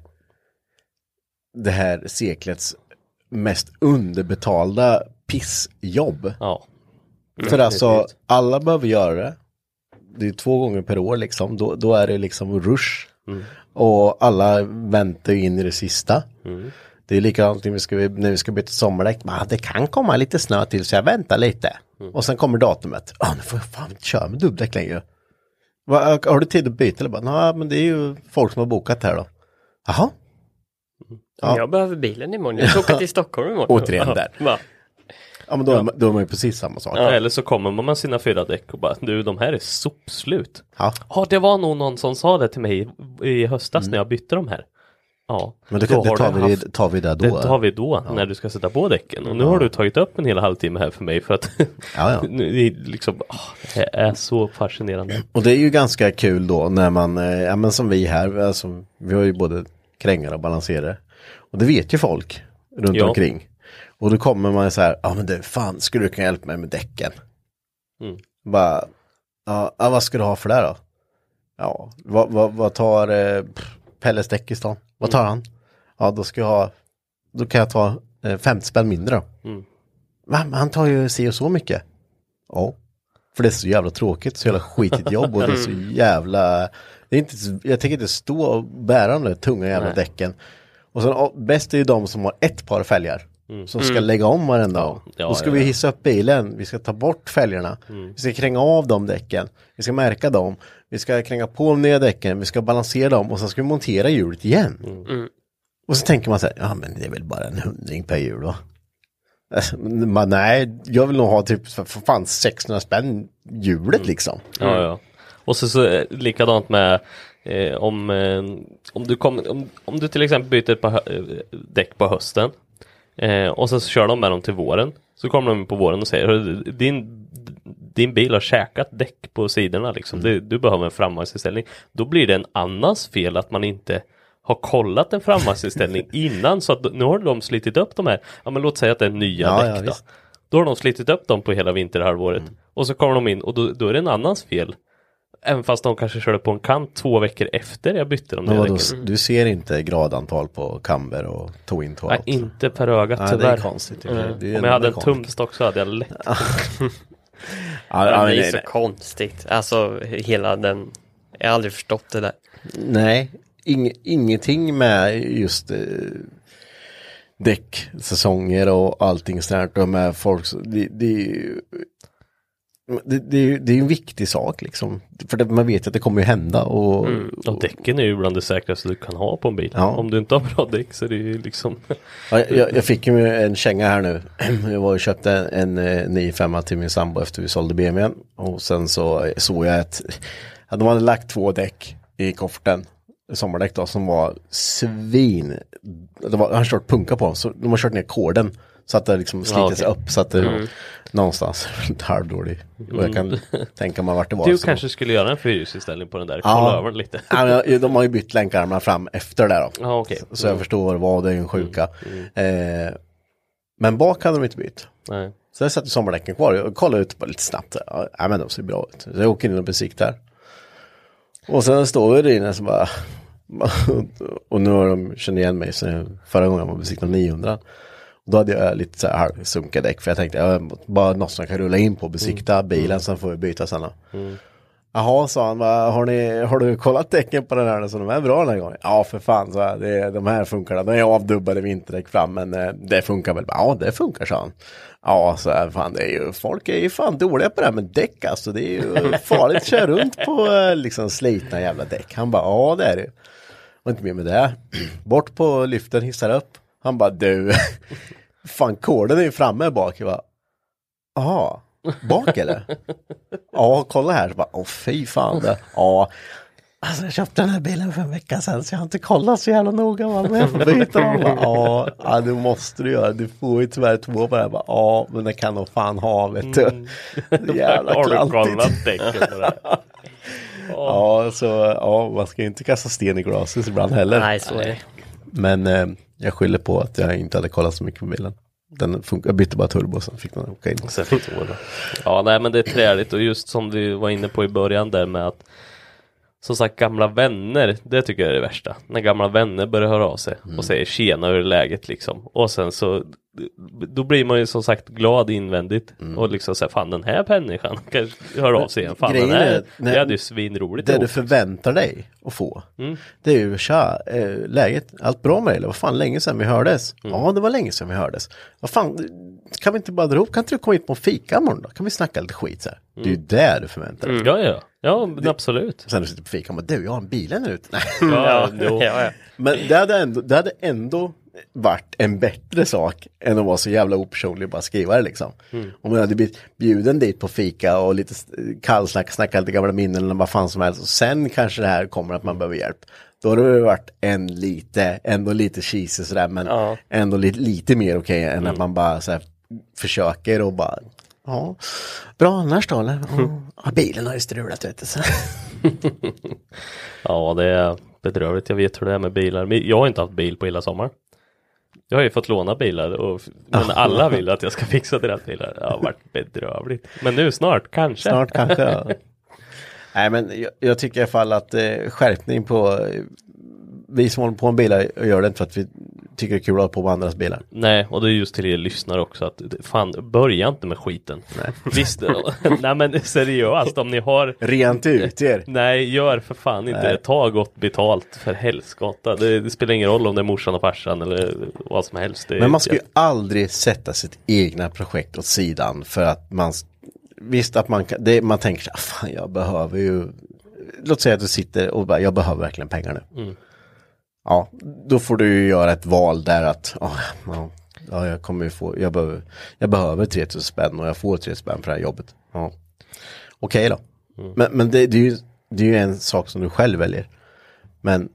Speaker 5: det här seklets mest underbetalda pissjobb. Ja. Mm. För alltså, alla behöver göra det. Det är två gånger per år liksom. Då, då är det liksom rush. Mm. Och alla väntar in i det sista. Mm. Det är likadant när vi ska, när vi ska byta sommardäck. Ah, det kan komma lite snö till så jag väntar lite. Mm. Och sen kommer datumet. Ah, nu får jag fan inte köra med dubbdäck längre. Va, har du tid att byta? Eller bara, nej, men det är ju folk som har bokat här då. Jaha.
Speaker 7: Ja. Jag behöver bilen imorgon. Jag ska åka till Stockholm imorgon.
Speaker 5: Återigen där. Ja, ja men då, ja. då är man ju precis samma sak.
Speaker 6: Ja, eller så kommer man med sina fyra däck och bara, du, de här är sopslut. Ja, ja det var nog någon som sa det till mig i höstas mm. när jag bytte de här. Ja,
Speaker 5: men det, det tar, vi, haft, tar vi där då.
Speaker 6: Det tar vi då, ja. när du ska sätta på däcken. Och nu ja. har du tagit upp en hel halvtimme här för mig för att ja, ja. det, är liksom, åh, det är så fascinerande.
Speaker 5: Och det är ju ganska kul då när man, ja men som vi här, alltså, vi har ju både krängar och balanserare. Och det vet ju folk runt ja. omkring. Och då kommer man så här, ja ah, men det fan, skulle du kunna hjälpa mig med däcken? Mm. Bara, ja, ah, vad ska du ha för det då? Ja, vad, vad, vad tar eh, Pelles däck i stan. Vad tar han? Ja, då ska jag ha, då kan jag ta eh, femtio spänn mindre då.
Speaker 6: Mm.
Speaker 5: Va? Han tar ju si och så mycket. Ja. För det är så jävla tråkigt, så jävla skitigt jobb och det är så jävla... Det är inte, jag tänker inte stå och bära de tunga jävla Nej. däcken. Och sen och, bäst är ju de som har ett par fälgar. Mm. Som ska mm. lägga om varenda dag. Ja, Då ska ja, vi hissa upp bilen. Vi ska ta bort fälgarna. Mm. Vi ska kränga av de däcken. Vi ska märka dem. Vi ska kränga på de nya däcken. Vi ska balansera dem. Och sen ska vi montera hjulet igen. Mm. Och så tänker man så här, ja men det är väl bara en hundring per hjul va? Men nej, jag vill nog ha typ för fan sexhundra spänn hjulet mm. liksom.
Speaker 6: Ja, ja. Och så, så likadant med eh, om, eh, om, du kom, om, om du till exempel byter ett par hö- däck på hösten eh, och så, så kör de med dem till våren. Så kommer de på våren och säger din, din bil har käkat däck på sidorna liksom. Mm. Du, du behöver en framvagnsställning. Då blir det en annans fel att man inte har kollat en framvagnsställning innan, så att nu har de slitit upp de här. Ja men låt säga att det är nya ja, däck ja, då. Då har de slitit upp dem på hela vinterhalvåret. Mm. Och så kommer de in och då, då är det en annans fel. Även fast de kanske körde på en kant två veckor efter jag bytte dem.
Speaker 5: Ja, då, du ser inte gradantal på camber och tog in
Speaker 6: Nej, inte per ögat
Speaker 5: Nej,
Speaker 6: tyvärr.
Speaker 5: det är konstigt. Mm. Det är
Speaker 6: Om jag hade en tumstock så hade jag lätt.
Speaker 7: ja, ja, det är så konstigt. Alltså hela den, jag har aldrig förstått det där.
Speaker 5: Nej, ing, ingenting med just eh, däck, säsonger och allting sådär. Och med folk, det, det, det, det, det är ju en viktig sak liksom. För det, man vet att det kommer ju hända. Och,
Speaker 6: mm. och däcken är ju bland det säkraste du kan ha på en bil. Ja. Om du inte har bra däck så är det ju liksom...
Speaker 5: ja, jag, jag fick ju en känga här nu. Jag var och köpte en, en nio fem till min sambo efter vi sålde B M W:n. Och sen så såg jag att ja, de hade lagt två däck i kofferten. Sommardäck då, som var svin. Det var, han har kört punka på dem, så de har kört ner korden. Så att det liksom sliter ja, okay. sig upp. Så att det mm. någonstans halvdålig. Mm. Och jag kan tänka mig vart det var.
Speaker 6: Du kanske de... skulle göra en fyrhjulsinställning på den där. Kolla ja. över den lite.
Speaker 5: Ja, de har ju bytt länkarmarna fram efter det då.
Speaker 6: Ja, okay.
Speaker 5: Så, så jag förstår vad det är en sjuka. Mm. Mm. Eh, men bak hade de inte bytt.
Speaker 6: Nej.
Speaker 5: Så jag satte sommardäcken kvar och kollade ut på lite snabbt. Ja, men de ser bra ut. Så jag åker in och besiktar. Och sen står vi där inne så bara... och nu har de känt igen mig sen förra gången jag var besiktad niohundra. Och då hade jag lite så här sunka däck, för jag tänkte jag bara något som kan rulla in på besikta mm. bilen, sen får vi byta sen. Mm. Jaha, sa han, har, ni, har du kollat däcken på den här så de är bra den här gången? Ja, för fan, så här, det, de här funkar. De är avdubbade vinterdäck fram, men det funkar väl. Ja, det funkar, sa han. Ja, så här, fan, det är ju, folk är ju fan dåliga på det här med däck, alltså. Det är ju farligt att köra runt på liksom slitna jävla däck. Han bara, ja, det är det. Och inte mer med det. Bort på lyften, hissar upp. Han bara, du, fan, koden är ju framme bak. Jag bara, aha, bak eller? Ja, kolla här. Så bara, åh, fy fan. Det. Ja, alltså jag köpte den här bilen för en vecka sedan, så jag har inte kollat så jävla noga vad jag får byta. Bara, ja, ja, det måste du göra. Du får ju tyvärr två på det här. Bara, ja, men det kan nog fan ha, vet du. Mm. Jävla
Speaker 6: har du kollat däcken på det här?
Speaker 5: Ja, så ja, man ska inte kasta sten i glaset ibland heller.
Speaker 7: Nej, så är det.
Speaker 5: Men eh, jag skyller på att jag inte hade kollat så mycket på bilen. Den funkar, jag bytte bara turbo, så fick den åka in.
Speaker 6: Sen fick den åka. Ja, nej, men det är träligt. Och just som du var inne på i början där med att, som sagt, gamla vänner, det tycker jag är det värsta. När gamla vänner börjar höra av sig mm. och säger tjena, hur är läget liksom. Och sen så, då blir man ju som sagt glad invändigt. Mm. Och liksom säger, fan, den här människan kanske hör av sig igen. Fan, den här, när, det hade ju svinroligt.
Speaker 5: Det du förväntar dig att få, mm. det är ju, tja, äh, läget, allt bra med eller vad fan, länge sedan vi hördes. Mm. Ja, det var länge sedan vi hördes. Vad fan, kan vi inte bara dra ihop, kan inte du komma hit på en fika imorgon då? Kan vi snacka lite skit så här? Mm. Det är ju där du förväntar dig.
Speaker 6: Mm. Ja, ja. Ja, det, absolut.
Speaker 5: Sen du sitter på fika och bara, du, jag har en bil ännu ut.
Speaker 6: Ja, ja, ja.
Speaker 5: Men det hade, ändå, det hade ändå varit en bättre sak än att vara så jävla opersonlig och bara skriva det liksom. Mm. Om man hade blivit bjuden dit på fika och lite kallsnack, snacka lite gamla minnen eller vad fan som helst. Och sen kanske det här kommer att man behöver hjälp. Då har det varit en lite, ändå lite cheesy sådär, men ja. ändå lite, lite mer okej okay, än mm. att man bara så här, försöker och bara, ja, bra annars då eller? Ja, bilen har ju strulat, vet du. Så.
Speaker 6: Ja, det är bedrövligt. Jag vet hur det är med bilar. Jag har inte haft bil på hela sommaren. Jag har ju fått låna bilar, och, men alla vill att jag ska fixa deras bilar. Det har varit bedrövligt. Men nu snart, kanske.
Speaker 5: Snart kanske, ja. Nej, men jag, jag tycker i alla fall att eh, skärpning på eh, vi som håller på med bilar gör det inte för att vi tycker det är kul att ha på med andras bilar.
Speaker 6: Nej, och det är just till er lyssnare också att fan, börja inte med skiten. Nej. Visst, nej men seriöst, om ni har...
Speaker 5: Rent ut er.
Speaker 6: Nej, gör för fan inte det. Ta gott betalt för helskotta. Det, det spelar ingen roll om det är morsan och farsan eller vad som helst. Det
Speaker 5: men man ska ju aldrig sätta sitt egna projekt åt sidan för att man... Visst att man kan... Det, man tänker så fan jag behöver ju... Låt säga att du sitter och bara, jag behöver verkligen pengar nu. Mm. Ja, då får du ju göra ett val där att oh, ja, jag kommer ju få, jag behöver, jag behöver tre tusen spänn och jag får tre tusen spänn för det här jobbet. Ja. Okej då. Mm. Men, men det, det, är ju, det är ju en sak som du själv väljer. Men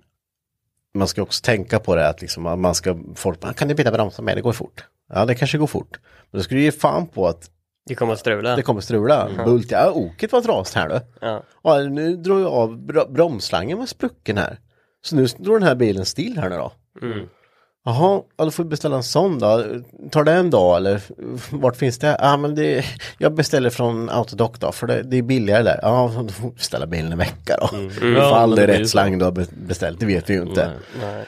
Speaker 5: man ska också tänka på det att liksom, man ska, folk, kan du byta bromsar med, det går fort. Ja, det kanske går fort. Men då ska du ge fan på att
Speaker 7: det kommer att strula.
Speaker 5: Det kommer att strula. Mm. Bult, ja, oket var drast här då.
Speaker 7: Ja.
Speaker 5: Ja, nu drar jag av br- bromslangen med sprucken här. Så nu står den här bilen still här nu då.
Speaker 7: Mm.
Speaker 5: Jaha, ja, då får vi beställa en sån då. Tar det en dag eller vart finns det? Ja, men det, jag beställer från Autodoc då, för det, det är billigare där. Ja, då får vi beställa bilen en vecka då. Mm. Mm. Ifall det är rätt slang du har beställt, det vet vi ju inte.
Speaker 7: Nej.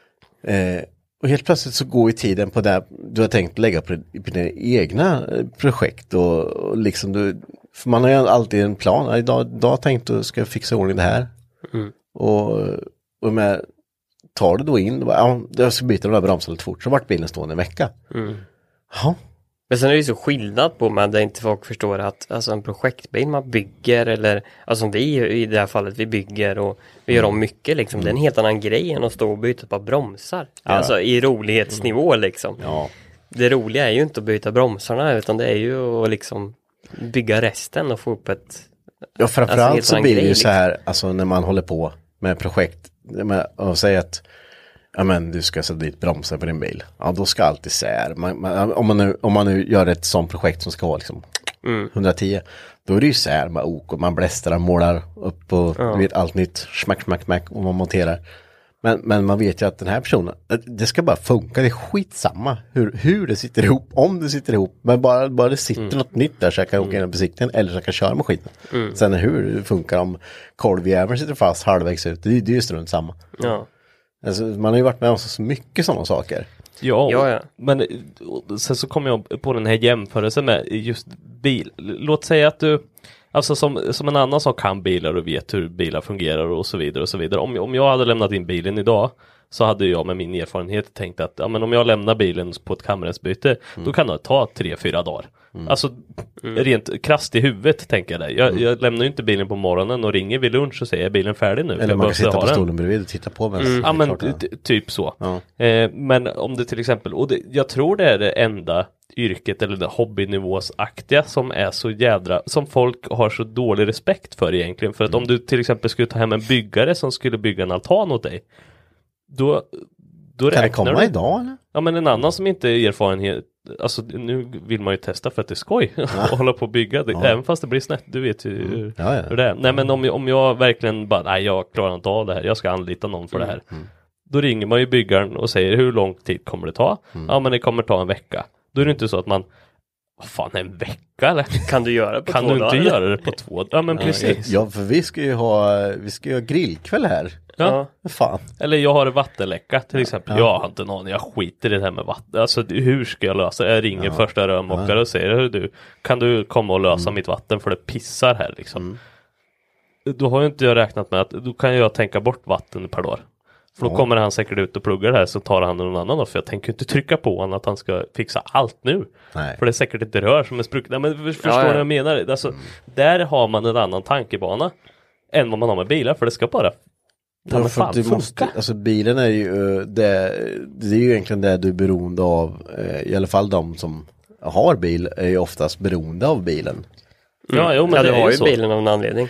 Speaker 7: Nej.
Speaker 5: Eh, och helt plötsligt så går ju tiden på det du har tänkt lägga på, på dina egna projekt och, och liksom du, för man har ju alltid en plan. Idag, idag tänkt du ska fixa ordning det här.
Speaker 7: Mm.
Speaker 5: Och, och med, tar du då in, ja, jag ska byta de där bromsarna lite fort, så vart bilen stående en vecka.
Speaker 7: Mm.
Speaker 5: Ja.
Speaker 7: Men sen är det ju så skillnad på med det inte folk förstår att alltså en projektbil man bygger eller alltså som vi i det här fallet vi bygger och vi gör om mycket liksom. Mm. Det är en helt annan grej än att stå och byta ett par bromsar. Ja. Alltså i rolighetsnivå mm. liksom.
Speaker 5: Ja.
Speaker 7: Det roliga är ju inte att byta bromsarna utan det är ju att liksom bygga resten och få upp ett...
Speaker 5: Ja, framförallt alltså, så blir det ju liksom så här, alltså när man håller på med projekt med, och säger att ja men du ska sätta dit bromsar på din bil. Ja, då ska alltid sär. Man, man, om, man nu, om man nu gör ett sånt projekt som ska vara liksom
Speaker 7: mm.
Speaker 5: hundratio, då är det ju sär med ok och man blästrar, målar upp och ja. Du vet allt nytt, smack, smack, smack och man monterar. Men, men man vet ju att den här personen, det ska bara funka, det är skitsamma hur, hur det sitter ihop, om det sitter ihop, men bara, bara det sitter mm. något nytt där så jag kan åka in i besiktningen eller så jag kan köra maskinen.
Speaker 7: Mm.
Speaker 5: Sen hur det funkar om kolvjäveln sitter fast halvvägs ut, det, det är ju strunt samma.
Speaker 7: Ja.
Speaker 5: Alltså, man har ju varit med om så mycket sådana saker.
Speaker 6: Ja,
Speaker 7: ja, ja,
Speaker 6: men sen så kommer jag på den här jämförelsen med just bil. Låt säga att du, alltså som, som en annan som kan bilar och vet hur bilar fungerar och så vidare och så vidare. Om, om jag hade lämnat in bilen idag så hade jag med min erfarenhet tänkt att ja, men om jag lämnar bilen på ett kameratsbyte mm. då kan det ta tre, fyra dagar. Mm. Alltså mm. rent krasst i huvudet tänker jag där. Jag, mm. jag lämnar ju inte bilen på morgonen och ringer vid lunch och säger är bilen färdig nu?
Speaker 5: Eller
Speaker 6: jag
Speaker 5: man kan sitta på stolen bredvid och titta på.
Speaker 6: Mm. Ja men t- typ så.
Speaker 5: Ja.
Speaker 6: Eh, men om det till exempel, och det, jag tror det är det enda yrket eller det hobbynivåsaktiga som är så jädra, som folk har så dålig respekt för egentligen. För att mm. om du till exempel skulle ta hem en byggare som skulle bygga en altan åt dig, då, då
Speaker 5: kan
Speaker 6: räknar
Speaker 5: det komma
Speaker 6: du,
Speaker 5: idag eller?
Speaker 6: Ja men en annan som inte är erfarenhet, alltså nu vill man ju testa för att det är skoj ja. och hålla på och bygga, det, ja. även fast det blir snett, du vet ju
Speaker 5: mm. ja, ja.
Speaker 6: hur det är. Nej men om, om jag verkligen bara, nej jag klarar inte av det här, jag ska anlita någon för mm. det här. Mm. Då ringer man ju byggaren och säger hur lång tid kommer det ta? Mm. Ja men det kommer ta en vecka. Då är det inte så att man, vad fan en vecka eller?
Speaker 7: Kan du göra det på
Speaker 6: kan
Speaker 7: två dagar?
Speaker 6: Kan du inte göra det på två? Ja men precis.
Speaker 5: Ja för vi ska ju ha, vi ska ju ha grillkväll här.
Speaker 6: Ja.
Speaker 5: Fan.
Speaker 6: Eller jag har vattenläcka till exempel. Ja. Jag har inte någon, jag skiter i det här med vatten. Alltså hur ska jag lösa? Jag ringer ja. första rörmokare ja. och säger hur du, kan du komma och lösa mm. mitt vatten för det pissar här liksom. Mm. Då har ju inte jag räknat med att då kan jag tänka bort vatten per dag. För då ja. kommer han säkert ut och pluggar det här så tar han någon annan då. För jag tänker inte trycka på honom att han ska fixa allt nu.
Speaker 5: Nej.
Speaker 6: För det är säkert inte rör som är sprucket. Nej, men förstår
Speaker 7: ja, ja.
Speaker 6: vad jag menar? Alltså, mm. där har man en annan tankebana än vad man har med bilar. För det ska bara
Speaker 5: ja, för du måste, alltså bilen är ju det, det är ju egentligen det du är beroende av. I alla fall de som har bil är ju oftast beroende av bilen.
Speaker 6: Mm. Ja, jo, men
Speaker 7: ja,
Speaker 6: det
Speaker 7: du
Speaker 6: är
Speaker 7: har ju
Speaker 6: så.
Speaker 7: bilen av en anledning.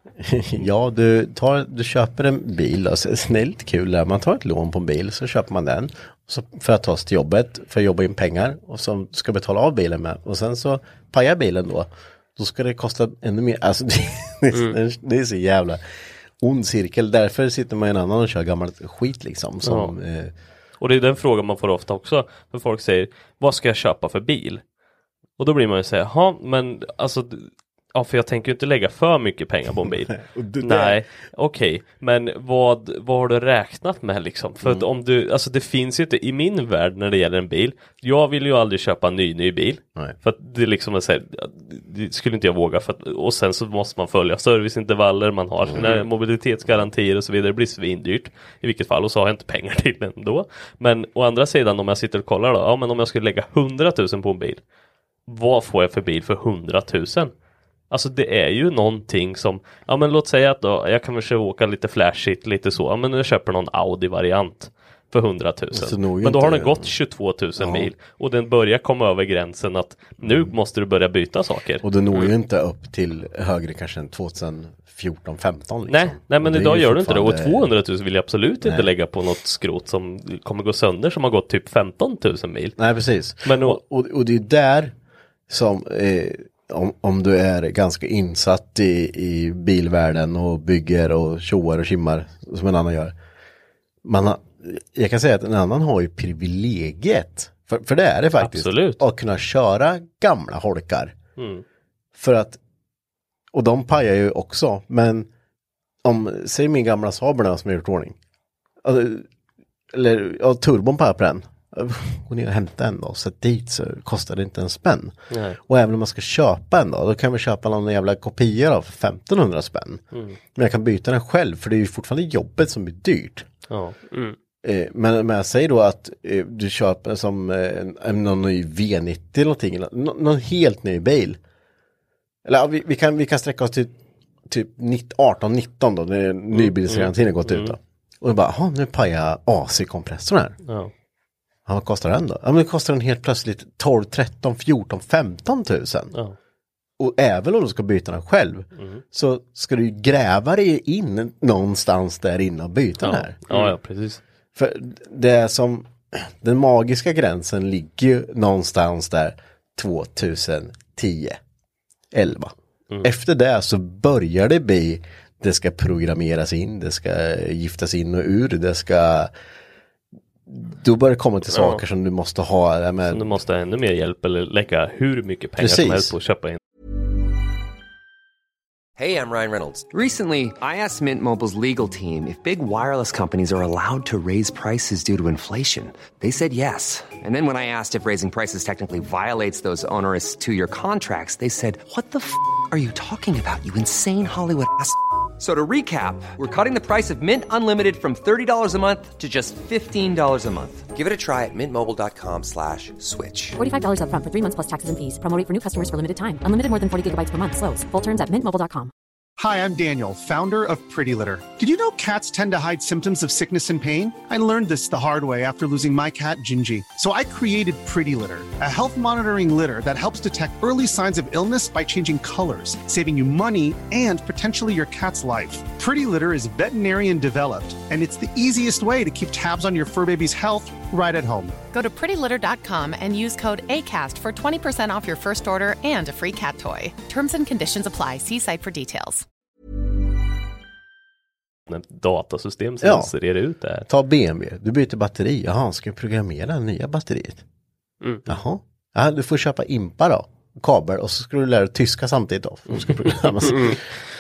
Speaker 5: Ja, du, tar, du köper en bil, alltså, det är lite kul där. Man tar ett lån på en bil, så köper man den så för att ta sig till jobbet, för att jobba in pengar och som ska betala av bilen med. Och sen så pajar bilen då, då ska det kosta ännu mer. Alltså det, mm. det är så jävla ond cirkel. Därför sitter man en annan och kör gammalt skit liksom. Som,
Speaker 6: ja.
Speaker 5: eh,
Speaker 6: och det är den frågan man får ofta också. För folk säger, vad ska jag köpa för bil? Och då blir man ju säga, ja men alltså Ja, för jag tänker ju inte lägga för mycket pengar på en bil. Nej, okej. Okay. Men vad, vad har du räknat med liksom? För mm. att om du, alltså det finns ju inte i min värld när det gäller en bil. Jag vill ju aldrig köpa en ny, ny bil. Nej. För att det liksom är så här, det skulle inte jag våga. För att, och sen så måste man följa serviceintervaller, man har sina mm. mobilitetsgarantier och så vidare. Det blir svindyrt i vilket fall, och så har jag inte pengar till den ändå. Men å andra sidan, om jag sitter och kollar då, ja men om jag skulle lägga hundratusen på en bil, vad får jag för bil för hundratusen? Alltså det är ju någonting som, ja men låt säga att då, jag kan väl åka lite flashigt, lite så, ja men jag köper någon Audi-variant för hundratusen. Men då har den gått tjugotvåtusen ja. mil och den börjar komma över gränsen att nu måste du börja byta saker.
Speaker 5: Och det når ju mm. inte upp till högre kanske än tjugohundrafjorton femton liksom.
Speaker 6: Nej, nej men idag gör du inte det. Och tvåhundratusen vill jag absolut nej. inte lägga på något skrot som kommer gå sönder som har gått typ femton tusen mil.
Speaker 5: Nej, precis.
Speaker 6: Men
Speaker 5: och, och, och det är där som... Eh, Om, om du är ganska insatt i, i bilvärlden och bygger och tjoar och kimmar som en annan gör. Man har, jag kan säga att en annan har ju privilegiet. För, för det är det faktiskt.
Speaker 6: Absolut.
Speaker 5: Att kunna köra gamla holkar. Mm. För att, och de pajar ju också. Men om, säg min gamla Saberna som jag gjort ordning. Eller, ja, turbon pajar på den. Gå ner och hämta en dag, så dit så kostar det inte en spänn. Nej. Och även om man ska köpa en dag, då kan vi köpa någon jävla kopia av för femtonhundra spänn. Mm. Men jag kan byta den själv, för det är ju fortfarande jobbet som blir dyrt.
Speaker 6: Ja. Mm.
Speaker 5: Eh, men, men jag säger då att eh, du köper som eh, någon ny V nittio eller någonting, eller någon, någon helt ny bil. Eller ja, vi, vi, kan, vi kan sträcka oss till typ arton nitton då, när mm. nybilsgarantin har gått mm. ut då. Och då bara, nu pajar A C-kompressorn här. Ja. Ja, vad kostar den då? Ja, men det kostar den helt plötsligt tolv, tretton, fjorton, femton tusen. Ja. Och även om du ska byta den själv mm. så ska du ju gräva dig in någonstans där inne och byta
Speaker 6: ja.
Speaker 5: den här.
Speaker 6: Ja, ja, precis.
Speaker 5: För det är som, den magiska gränsen ligger ju någonstans där tjugohundratio, elva. Mm. Efter det så börjar det bli, det ska programmeras in, det ska giftas in och ur, det ska... Då börjar det komma till ja. saker som du måste ha. Med...
Speaker 6: Som du måste ha ännu mer hjälp eller lägga hur mycket pengar
Speaker 5: Precis.
Speaker 6: som helst på att köpa in.
Speaker 3: Hey, I'm Ryan Reynolds. Recently, I asked Mint Mobile's legal team if big wireless companies are allowed to raise prices due to inflation. They said yes. And then when I asked if raising prices technically violates those onerous two-year contracts, they said, what the f*** are you talking about, you insane Hollywood ass f- So to recap, we're cutting the price of Mint Unlimited from thirty dollars a month to just fifteen dollars a month. Give it a try at mintmobile.com slash switch.
Speaker 4: forty-five dollars up front for three months plus taxes and fees. Promo rate for new customers for limited time. Unlimited more than forty gigabytes per month. Slows full terms at mint mobile dot com.
Speaker 8: Hi, I'm Daniel, founder of Pretty Litter. Did you know cats tend to hide symptoms of sickness and pain? I learned this the hard way after losing my cat, Gingy. So I created Pretty Litter, a health monitoring litter that helps detect early signs of illness by changing colors, saving you money and potentially your cat's life. Pretty Litter is veterinarian developed, and it's the easiest way to keep tabs on your fur baby's health right at home.
Speaker 9: Go to pretty litter dot com and use code ACAST for twenty percent off your first order and a free cat toy. Terms and conditions apply. See site for details.
Speaker 6: Datasystem som ja. ser ut där.
Speaker 5: Ta B M W, du byter batteri. Jaha, ska jag programmera nya batteriet? Mm. Jaha. Ja, du får köpa impa då. Kabel, och så ska du lära dig tyska samtidigt då. Du ska programmera. mm.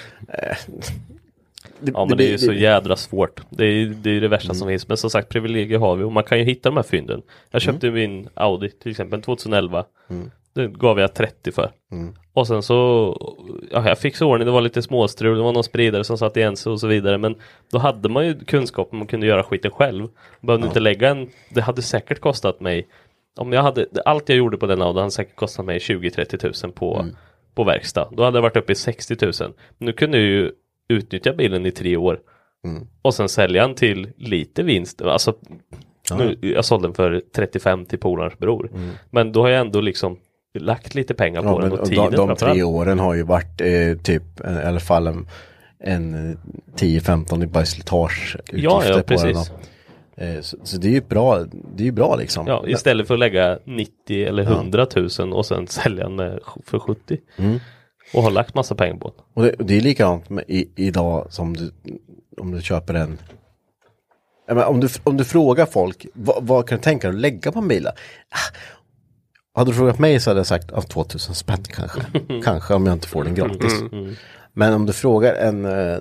Speaker 6: Det, ja, men det, det är ju det, så jädra svårt. Det är det, är det värsta mm. som finns. Men som sagt, privilegier har vi. Och man kan ju hitta de här fynden. Jag köpte mm. min Audi till exempel tjugoelva. Mm. Det gav jag trettio för. Mm. Och sen så, ja, jag fick så ordning. Det var lite småstrul. Det var någon spridare som satt igen sig och så vidare. Men då hade man ju kunskapen. Man kunde göra skiten själv. Behövde ja. inte lägga en. Det hade säkert kostat mig. Om jag hade, allt jag gjorde på den Audi hade säkert kostat mig tjugo till trettio tusen på, mm. på verkstad. Då hade jag varit uppe i sextio tusen. Nu kunde jag ju utnyttja bilen i tre år. Mm. Och sen sälja den till lite vinst. Alltså, ja. nu, jag sålde den för trettiofem till polarns bror. Mm. Men då har jag ändå liksom lagt lite pengar ja, på den och tiden.
Speaker 5: De, de tre åren har ju varit eh, typ i alla fall en, en tio femton i bara slitageutgifter
Speaker 6: ja, ja,
Speaker 5: på
Speaker 6: precis.
Speaker 5: den. Eh, så, så det är ju bra, det är ju bra liksom.
Speaker 6: Ja, istället för att lägga nittio eller hundra tusen och sen sälja den för sjuttio. Mm. Och har lagt massa pengar på det.
Speaker 5: Och det, det är likadant med i, idag som du, om du köper en. Om du, om du frågar folk, vad, vad kan du tänka dig att lägga på en bil? hade du frågat mig så hade jag sagt av tvåtusen spänn kanske. Kanske om jag inte får den gratis. Mm, mm. Men om du frågar en eh,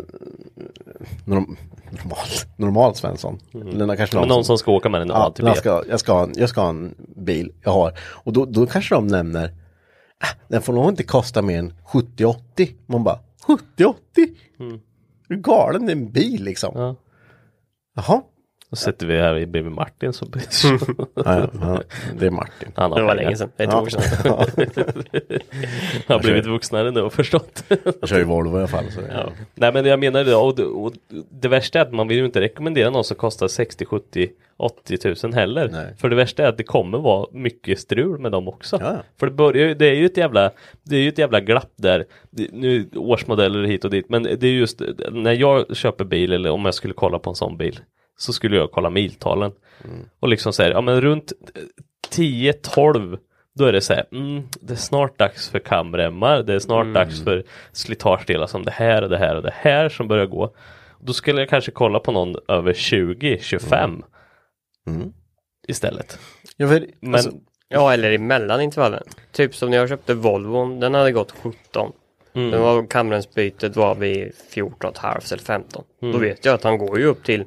Speaker 5: norm, normal, normal Svensson.
Speaker 6: Mm.
Speaker 5: Eller kanske
Speaker 6: någon,
Speaker 5: någon,
Speaker 6: någon som ska åka med en
Speaker 5: ja, jag, ska, jag, ska ha en, jag ska ha en bil jag har. Och då, då kanske de nämner äh, den får nog inte kosta mer än sjuttio åttio. Man bara, sjuttio åttio? Mm. Är du galen? Det är en bil liksom. Ja. Jaha.
Speaker 6: Då sätter vi här bredvid Martin så
Speaker 5: ja, ja, det är Martin.
Speaker 7: Han det var länge sedan. Det är
Speaker 5: ja.
Speaker 7: ja.
Speaker 6: Han har blivit vuxnare nu och förstått.
Speaker 5: Jag kör ju Volvo i alla fall. Så
Speaker 6: ja. Nej men jag menar det, och, och det värsta är att man vill ju inte rekommendera någon som kostar sextio, sjuttio, åttio tusen heller. Nej. För det värsta är att det kommer vara mycket strul med dem också. Ja. För det börjar det är ju ett jävla det är ju ett jävla glapp där. Det, nu årsmodeller hit och dit, men det är just när jag köper bil eller om jag skulle kolla på en sån bil så skulle jag kolla miltalen. Mm. Och liksom säga, ja men runt tio tolv då är det så här, mm, det är snart dags för kamremmar, det är snart mm. dags för slitagedelar som det här och det här och det här som börjar gå. Då skulle jag kanske kolla på någon över tjugo tjugofem mm. Mm. istället.
Speaker 5: Ja, för,
Speaker 7: men,
Speaker 5: alltså,
Speaker 7: ja, eller emellan intervallen. Typ som när jag köpte Volvon, den hade gått sjutton. Mm. Den var kamrensbytet var vid fjorton komma fem eller femton. Mm. Då vet jag att han går ju upp till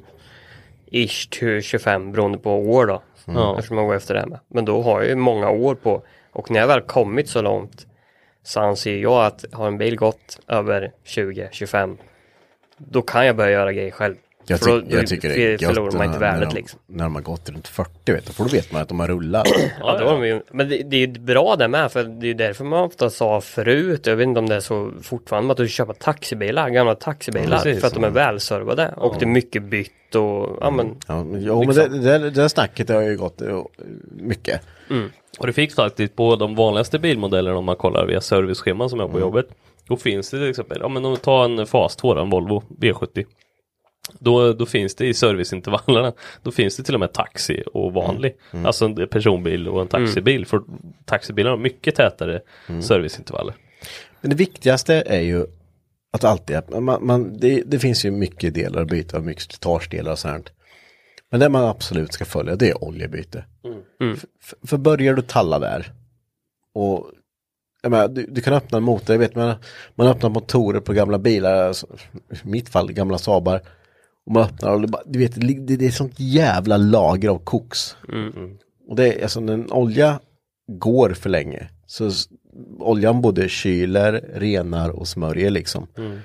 Speaker 7: ish till tjugofem beroende på år då. Mm. Eftersom man går efter det här med. Men då har jag ju många år på. Och när jag väl kommit så långt så anser jag att har en bil gått över tjugo tjugofem då kan jag börja göra grejer själv.
Speaker 5: Jag, ty-
Speaker 7: då,
Speaker 5: jag tycker det är
Speaker 7: förlorar man inte värdet
Speaker 5: när de,
Speaker 7: liksom.
Speaker 5: När de har gått runt fyrtio vet du, för då vet man att de har rullat.
Speaker 7: Ja, då har de ju, men det, det är ju bra det med, för det är därför man ofta sa förut, jag vet inte om det är så fortfarande, att du köper taxibilar, gamla taxibilar, ja, för att de är välservade och ja. Det är mycket bytt och ja men,
Speaker 5: ja, men, jo, liksom. men det, det, det snacket har ju gått mycket.
Speaker 6: Mm. Och det fick faktiskt på de vanligaste bilmodellerna om man kollar via servicescheman som jag har på mm. jobbet, då finns det till exempel, ja men om vi tar en Fast två, en Volvo V sjuttio. Då, då finns det i serviceintervallerna, då finns det till och med taxi och vanlig. Mm. Mm. Alltså en personbil och en taxibil. Mm. För taxibilar har mycket tätare mm. serviceintervaller.
Speaker 5: Men det viktigaste är ju att alltid, man, man, det, det finns ju mycket delar att byta, mycket slitagedelar och sånt. Men det man absolut ska följa, det är oljebyte. Mm. Mm. För, för börjar du talla där och jag menar, du, du kan öppna en motor, jag vet man, man öppnar motorer på gamla bilar, alltså, i mitt fall gamla Saabar. Och man öppnar och det, bara, du vet, det, det är sånt jävla lager av koks. Mm, mm. Och det är alltså när en olja går för länge så oljan både kyler, renar och smörjer liksom. Mm.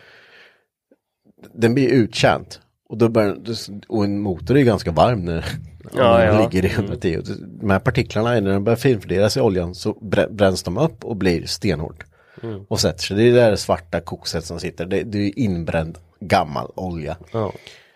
Speaker 5: Den blir uttjänt. Och, då börjar, och en motor är ganska varm när
Speaker 7: ja, den
Speaker 5: ja. ligger i hundratio. Mm. De här partiklarna, när de börjar finfördelas i oljan så bränns de upp och blir stenhårt. Mm. Och sätter sig. Det är det där svarta kokset som sitter. Det, det är inbränd gammal olja. Ja.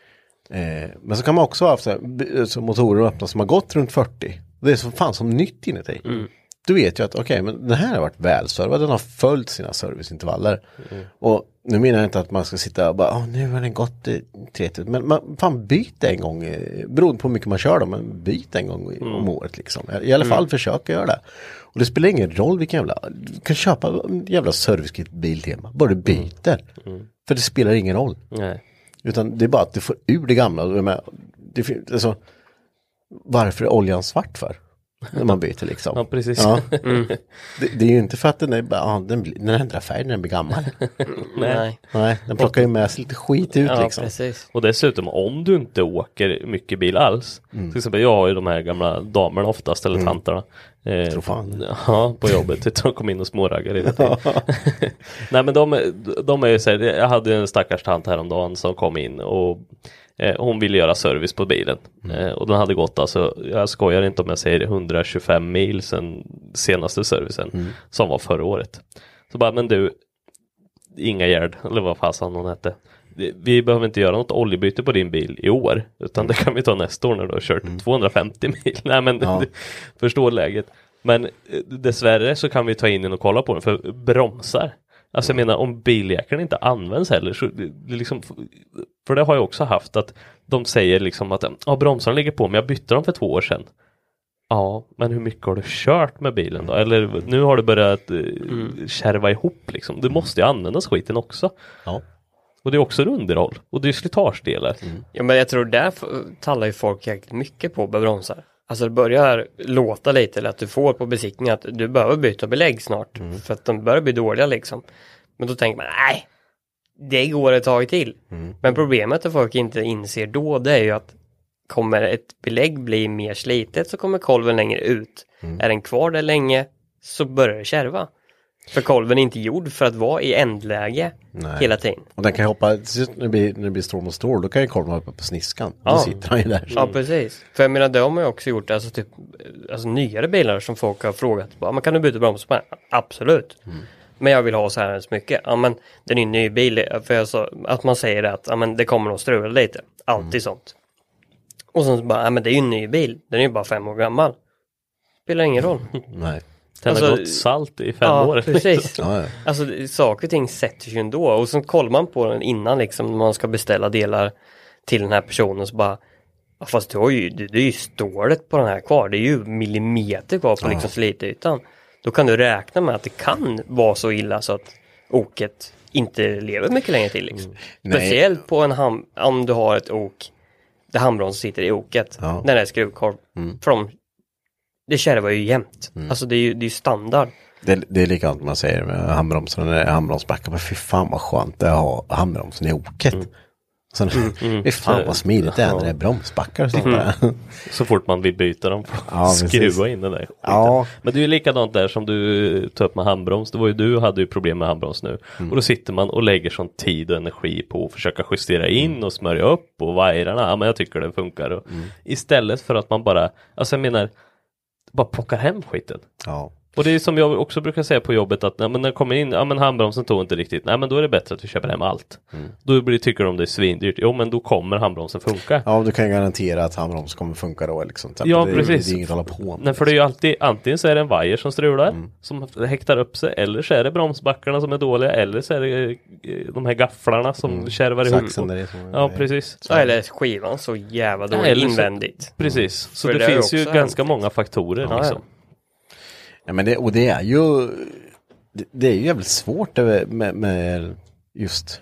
Speaker 5: Eh, men så kan man också ha haft så, här, så motorer öppna som har gått runt fyrtio. Det är så fan som nytt inuti. Mm. Du vet ju att okej, okay, men den här har varit välservad. Den har följt sina serviceintervaller. Mm. Och nu menar jag inte att man ska sitta och bara, nu har den gått eh, trettio. Men man fan byt en gång. Eh, beroende på hur mycket man kör då. Men byt en gång mm. om året liksom. I alla fall mm. försöka göra det. Och det spelar ingen roll vilken jävla, du kan köpa en jävla servicekit Biltema. Bara du byter. Mm. Mm. För det spelar ingen roll. Nej. Utan det är bara att du får ur det gamla. Med, det, alltså, varför är oljan svart för? När man byter liksom.
Speaker 6: Ja, precis.
Speaker 5: Ja. Mm. Det, det är ju inte för att den, är bara, ja, den, den ändrar färg när den blir gammal.
Speaker 6: Nej.
Speaker 5: Nej, den plockar ju med sig lite skit ut
Speaker 7: ja,
Speaker 5: liksom.
Speaker 7: Precis.
Speaker 6: Och dessutom, om du inte åker mycket bil alls. Mm. Till exempel, jag har ju de här gamla damerna oftast, eller mm. tanterna. Eh,
Speaker 5: Tror fan.
Speaker 6: Ja, på jobbet. De kom in och småraggar i det. Nej, men de, de är ju så här, jag hade en stackars tant häromdagen som kom in och eh, hon ville göra service på bilen. Mm. Eh, och den hade gått, alltså, jag skojar inte om jag säger hundratjugofem mil sen senaste servicen, mm. som var förra året. Så bara, men du, Inga Gerd, eller vad fasen hon hette. Vi behöver inte göra något oljebyte på din bil i år, utan det kan vi ta nästa år när du har kört mm. tvåhundrafemtio mil. Nej, men ja. Förstår läget. Men dessvärre så kan vi ta in den och kolla på den, för bromsar. Alltså jag menar, om biljäkaren inte används heller så det liksom, för det har jag också haft att de säger liksom att ja, bromsarna ligger på, men jag bytte dem för två år sedan. Ja, men hur mycket har du kört med bilen då? Eller nu har du börjat mm. kärva ihop liksom. Du måste ju använda skiten också. Ja. Och det är också underhåll. Och det är slitagedelar. Mm.
Speaker 7: Ja, men jag tror där tallar ju folk jäkligt mycket på med bromsar. Alltså det börjar låta lite, eller att du får på besiktning att du behöver byta belägg snart. Mm. För att de börjar bli dåliga liksom. Men då tänker man, nej, det går ett tag till. Mm. Men problemet att folk inte inser då, det är ju att kommer ett belägg bli mer slitet så kommer kolven längre ut. Mm. Är den kvar där länge så börjar det kärva. För kolven är inte gjord för att vara i ändläge Nej. hela tiden.
Speaker 5: Och den kan hoppa, när det blir, när det blir strål mot strål, då kan ju kolven hoppa på sniskan. Ja. Då sitter han ju där.
Speaker 7: Ja, precis. För jag menar, det har man ju också gjort, alltså typ, alltså nyare bilar som folk har frågat, man kan du byta broms på? Absolut. Mm. Men jag vill ha så här så mycket. Ja, men den är en ny bil, för jag så, att man säger att ja, men det kommer nog strula lite. Alltid mm. sånt. Och sen så bara, ja men det är ju en ny bil. Den är ju bara fem år gammal. Spelar ingen roll.
Speaker 5: Nej.
Speaker 6: Den alltså, har gått salt i fem
Speaker 7: ja,
Speaker 6: år.
Speaker 7: Precis. ja, ja. Alltså saker och ting sätter sig ändå. Och så kollar man på den innan liksom, när man ska beställa delar till den här personen så bara, ja, fast du har ju, det, det är ju stålet på den här kvar. Det är ju millimeter kvar på ja. liksom slitytan. Då kan du räkna med att det kan vara så illa så att oket inte lever mycket längre till liksom. Mm. Speciellt på en ham, om du har ett ok där handbromsen sitter i oket. Ja. När det är skruvkorv. Mm. För de, det kärvar ju jämt. Mm. Alltså det är ju, det är ju standard.
Speaker 5: Det, det är likadant man säger med handbromsen. När det är handbromsbackar. Men fy fan vad skönt det är att ha handbromsen i oket. Mm. Sen, mm, mm. Fy fan vad smidigt det är när det är bromsbackar. Mm.
Speaker 6: Så fort man vill byta dem. Ja, skruva in den där. Ja. Men det är ju likadant där som du tog upp med handbroms. Det var ju du hade ju problem med handbroms nu. Mm. Och då sitter man och lägger sån tid och energi på att försöka justera in och smörja upp och vajrarna. Ja, men jag tycker det funkar. Och mm. istället för att man bara, alltså jag menar, bara plockar hem skiten. Ja. Och det är som jag också brukar säga på jobbet att nej, men när det kommer in, ja men handbromsen tog inte riktigt. Nej men då är det bättre att vi köper hem allt. Mm. Då blir, tycker de det är svindyrt. Jo men då kommer handbromsen funka.
Speaker 5: Ja, du kan garantera att handbromsen kommer funka då. Liksom.
Speaker 6: Ja,
Speaker 5: det,
Speaker 6: precis.
Speaker 5: Det är inget att hålla på med.
Speaker 6: Nej, för det är ju alltid, antingen så är det en vajer som strular, mm. som häktar upp sig. Eller så är det bromsbackarna som är dåliga. Eller så är det de här gafflarna som mm. kärvar ihop.
Speaker 5: Saxen där det är som
Speaker 6: ja, precis.
Speaker 7: Så. Eller skivan så jävla dålig ja, invändigt.
Speaker 6: Så, precis. Så för det, det finns ju ganska många faktorer ja, liksom.
Speaker 5: Ja, men det, och det är ju det, det är ju jävligt svårt med, med just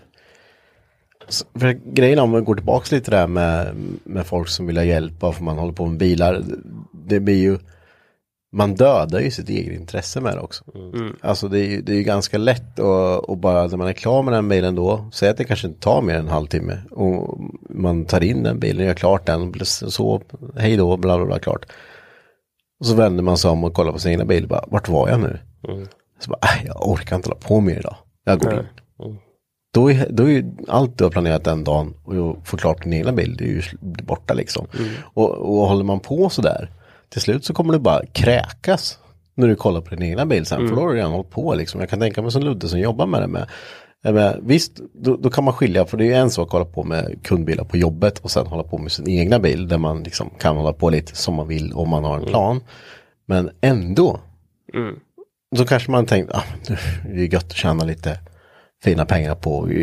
Speaker 5: för grejen om man går tillbaka lite där med, med folk som vill ha hjälp för man håller på med bilar, det blir ju man dödar ju sitt eget intresse med det också. Mm. Alltså det är ju det är ju ganska lätt och, och bara när man är klar med den bilen då, säg att det kanske inte tar mer än en halvtimme och man tar in den bilen, gör klart den, så hej då, bla bla bla, klart. Och så vänder man sig om och kollar på sin egna bil. Bara, vart var jag nu? Mm. Så bara, jag orkar inte hålla på mer idag. Jag går in. Mm. Då är, då är ju allt du har planerat den dagen och få klart din egna bil, det är ju borta liksom. Mm. Och, och håller man på så där, till slut så kommer du bara kräkas när du kollar på din egna bil sen. Mm. För då har du redan hållit på liksom. Jag kan tänka mig som Ludde som jobbar med det med. Men visst, då, då kan man skilja, för det är ju en sak att hålla på med kundbilar på jobbet och sen hålla på med sin egna bil där man liksom kan hålla på lite som man vill om man har en plan. Mm. Men ändå mm. så kanske man tänkt ah, det är gött att tjäna lite fina pengar på och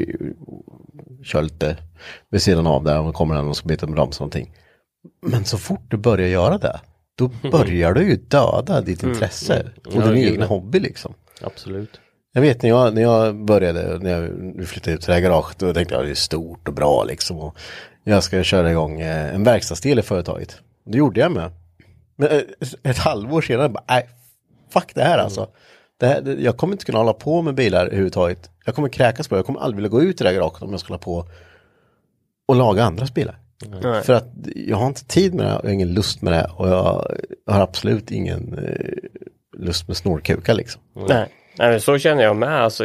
Speaker 5: köra lite vid sidan av där om det kommer någon och ska byta med broms någonting. Men så fort du börjar göra det, då börjar du ju döda ditt intresse mm. Mm. och din ja, egna hobby liksom.
Speaker 6: Absolut.
Speaker 5: Jag vet när jag, när jag började, när jag flyttade ut till det här garaget, då tänkte jag att det är stort och bra liksom. Och jag ska köra igång en verkstadsdel i företaget. Det gjorde jag med. Men ett halvår senare, bara, nej, fuck det här alltså. Det här, jag kommer inte kunna hålla på med bilar överhuvudtaget. Jag kommer kräkas på det. Jag kommer aldrig vilja gå ut i det här garaget om jag ska hålla på och laga andras bilar. Mm. För att jag har inte tid med det, jag har ingen lust med det. Och jag har absolut ingen eh, lust med snorkukar liksom.
Speaker 7: Mm. Nej. Nej, så känner jag med. Alltså,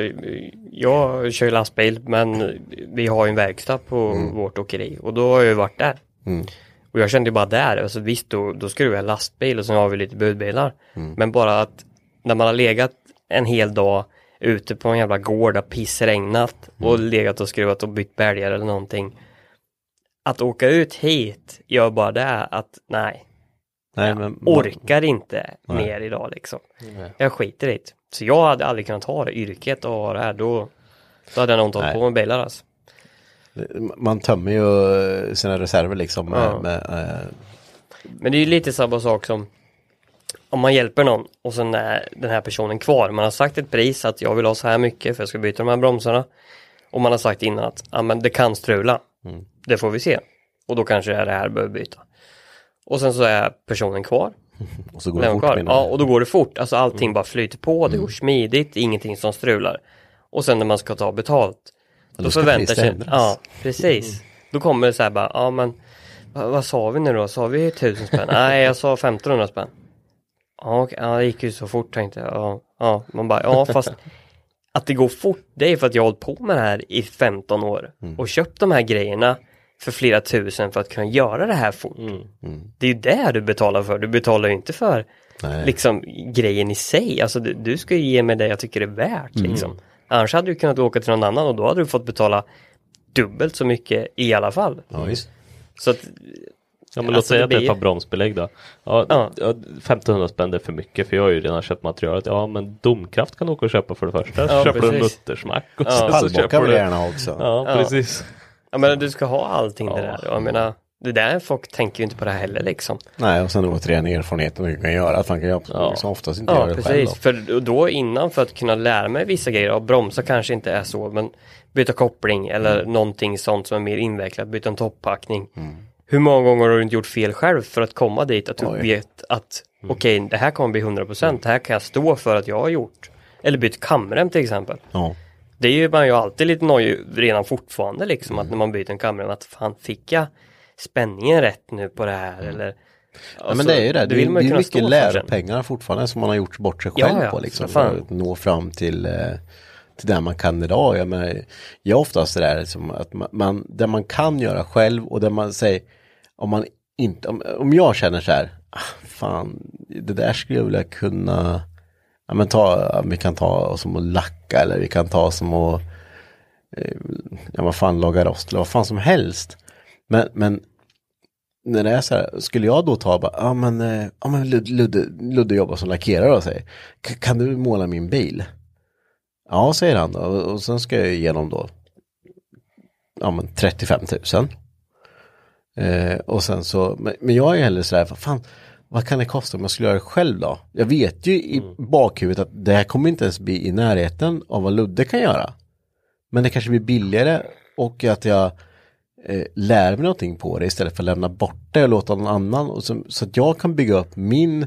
Speaker 7: jag kör lastbil, men vi har ju en verkstad på mm. vårt åkeri. Och då har jag ju varit där. Mm. Och jag kände ju bara där. Alltså, visst, då, då skruvar jag lastbil och så har vi lite budbilar. Mm. Men bara att när man har legat en hel dag ute på en jävla gård där pissregnat mm. och legat och skruvat och bytt bälgar eller någonting. Att åka ut hit gör bara det att nej. nej jag men, orkar man... inte nej. mer idag liksom. Nej. Jag skiter i det. Så jag hade aldrig kunnat ha det yrket och ha det här. Då, då hade jag nog tagit på med bilar alltså.
Speaker 5: Man tömmer ju sina reserver liksom. Med,
Speaker 7: ja.
Speaker 5: med, äh...
Speaker 7: Men det är ju lite samma sak som om man hjälper någon och sen är den här personen kvar. Man har sagt ett pris att jag vill ha så här mycket för jag ska byta de här bromsarna. Och man har sagt innan att ja, men det kan strula. Mm. Det får vi se. Och då kanske det är det här behöver byta. Och sen så är personen kvar.
Speaker 5: Och så går det fort.
Speaker 7: Ja, och då går det fort. Alltså allting mm. bara flyter på, det går smidigt, ingenting som strular. Och sen när man ska ta betalt, då, då förväntar sig... Ja, precis. Mm. Då kommer det så här bara, ja men, vad, vad sa vi nu då? Sa vi tusen spänn? Nej, jag sa femtonhundra spänn. Ja, okay. Ja, det gick ju så fort tänkte jag. Ja, ja. Man bara, ja fast att det går fort, det är för att jag har hållit på med det här i femton år. Mm. Och köpt de här grejerna för flera tusen för att kunna göra det här fort. Mm. Mm. Det är ju det du betalar för. Du betalar ju inte för Nej. liksom grejen i sig. Alltså du, du ska ju ge mig det jag tycker är värt. Mm. Liksom. Annars hade du kunnat åka till någon annan och då hade du fått betala dubbelt så mycket i alla fall.
Speaker 5: Ja, visst.
Speaker 7: Så att,
Speaker 6: ja, men låt alltså, säga att det är ett par bromsbelägg då. Ja, ja. femtonhundra spänn är för mycket för jag har ju redan köpt materialet. Ja, men domkraft kan du åka och köpa för det första. Så ja, köper du en muttersmack och
Speaker 5: ja. så, så köper du gärna också.
Speaker 6: Ja, ja, precis.
Speaker 7: Ja, men du ska ha allting ja. det där. Jag menar, det där folk tänker ju inte på det heller liksom.
Speaker 5: Nej, och sen återigen erfarenheten du kan göra. Att man kan ju ja. liksom oftast inte
Speaker 7: ja,
Speaker 5: göra det
Speaker 7: precis.
Speaker 5: själv. Då.
Speaker 7: För då innan för att kunna lära mig vissa grejer och bromsa kanske inte är så, men byta koppling eller mm. någonting sånt som är mer invecklat, byta en topppackning. Mm. Hur många gånger har du inte gjort fel själv för att komma dit att du Oj. vet att mm. okej, okay, det här kommer bli hundra procent. Mm. Det här kan jag stå för att jag har gjort. Eller bytt kamrem till exempel. Ja. Det är ju man ju alltid lite nöjd redan fortfarande liksom mm. att när man byter en kamrem att fan fick jag spänningen rätt nu på det här mm. eller
Speaker 5: alltså, ja, men det är ju det. Det, det, det är ju mycket läropengar fortfarande som man har gjort bort sig själv ja, ja. på liksom för att nå fram till eh, till där man kan idag. Jag menar, jag oftast det där liksom att man, man där man kan göra själv och där man säger om man inte om, om jag känner så här ah, fan det där skulle jag vilja kunna ja men ta vi kan ta som att lacka eller vi kan ta som att eh, ja vad fan laga rost eller vad fan som helst. Men men när det är så här, skulle jag då ta bara, ja ah, men, eh, ah, men Ludde, Ludde jobbar som lackerare och säger, kan du måla min bil? Ja, säger han då. Och sen ska jag igenom då ja men trettiofem tusen. Eh, och sen så, men, men jag är hellre så här, fan, vad kan det kosta om jag skulle göra det själv då? Jag vet ju i mm. bakhuvudet att det här kommer inte ens bli i närheten av vad Ludde kan göra. Men det kanske blir billigare och att jag eh, lär mig någonting på det istället för att lämna bort det och låta någon annan. Och så, så att jag kan bygga upp min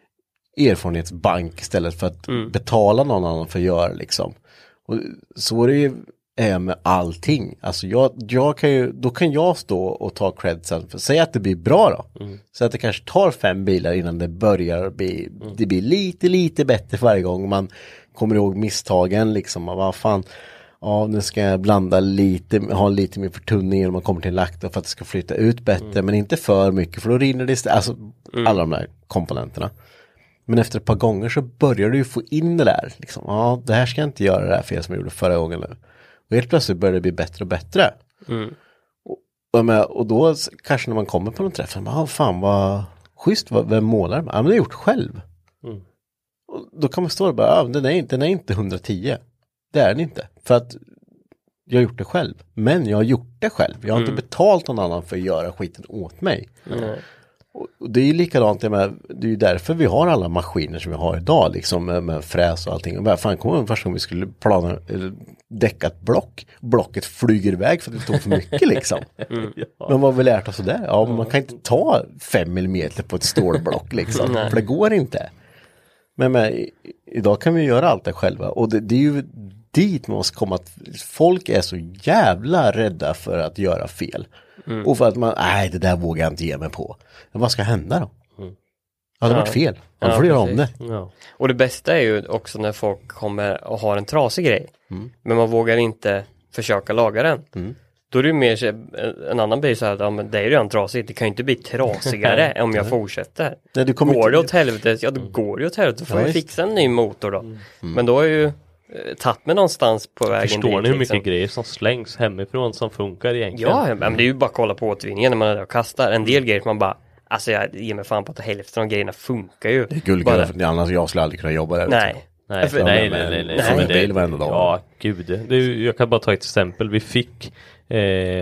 Speaker 5: erfarenhetsbank istället för att mm. betala någon annan för att göra liksom. Och så är det ju är med allting. Alltså jag, jag kan ju, då kan jag stå och ta cred sen för säga att det blir bra då. Mm. Så att det kanske tar fem bilar innan det börjar bli, mm. det blir lite, lite bättre för varje gång. Man kommer ihåg misstagen liksom. Vad fan, ja nu ska jag blanda lite, ha lite mer förtunning när man kommer till lack för att det ska flytta ut bättre. Mm. Men inte för mycket för då rinner det, alltså mm. alla de där komponenterna. Men efter ett par gånger så börjar du ju få in det där. Liksom, ja, det här ska jag inte göra det här fel som jag gjorde förra gången nu. Och helt plötsligt börjar det bli bättre och bättre. Mm. Och, med, och då kanske när man kommer på någon träff, man bara, fan vad schysst, vad, vem målar? Ja, men det har jag gjort själv. Mm. Och då kan man stå och bara, ja, den, är, den är inte hundratio. Det är den inte. För att jag har gjort det själv. Men jag har gjort det själv. Jag har mm. inte betalt någon annan för att göra skiten åt mig. Mm. Och det är ju likadant med, det är ju därför vi har alla maskiner som vi har idag liksom med, med fräs och allting. Och bara, fan kommer första gången vi skulle plana eller däcka ett block. Blocket flyger iväg för att det tog för mycket liksom. Mm. Men vad har vi lärt oss sådär? Ja, men man kan inte ta fem millimeter på ett stålblock liksom. För det går inte. Men med, idag kan vi göra allt det själva. Och det, det är ju dit man måste komma att folk är så jävla rädda för att göra fel. Mm. Och för att man, nej det där vågar jag inte ge mig på. Men vad ska hända då? Mm. Ja, det har varit fel. Man
Speaker 7: ja,
Speaker 5: får göra om det.
Speaker 7: Ja. Och det bästa är ju också när folk kommer och har en trasig grej. Mm. Men man vågar inte försöka laga den. Mm. Då är det ju mer en annan bil så här, ja, men det är ju redan trasigt. Det kan ju inte bli trasigare om jag fortsätter. Nej, du kommer går inte... det åt helvete, ja då mm. går det åt helvete. Då får ja, man fixa en ny motor då. Mm. Men då är ju tagit mig någonstans på vägen.
Speaker 6: Förstår dit, ni hur
Speaker 7: liksom.
Speaker 6: Mycket grejer som slängs hemifrån som funkar egentligen?
Speaker 7: Ja, men det är ju bara att kolla på återvinningen när man är där och kastar. En del grejer man bara, alltså jag ger mig fan på att hälften av grejerna funkar ju.
Speaker 5: Det är guldgrejer för annars jag skulle aldrig kunna jobba där.
Speaker 7: Nej.
Speaker 6: Nej,
Speaker 7: för,
Speaker 6: nej, nej, nej, nej.
Speaker 5: Som en bil varenda dag.
Speaker 6: Ja, gud. Det är, jag kan bara ta ett exempel. Vi fick eh,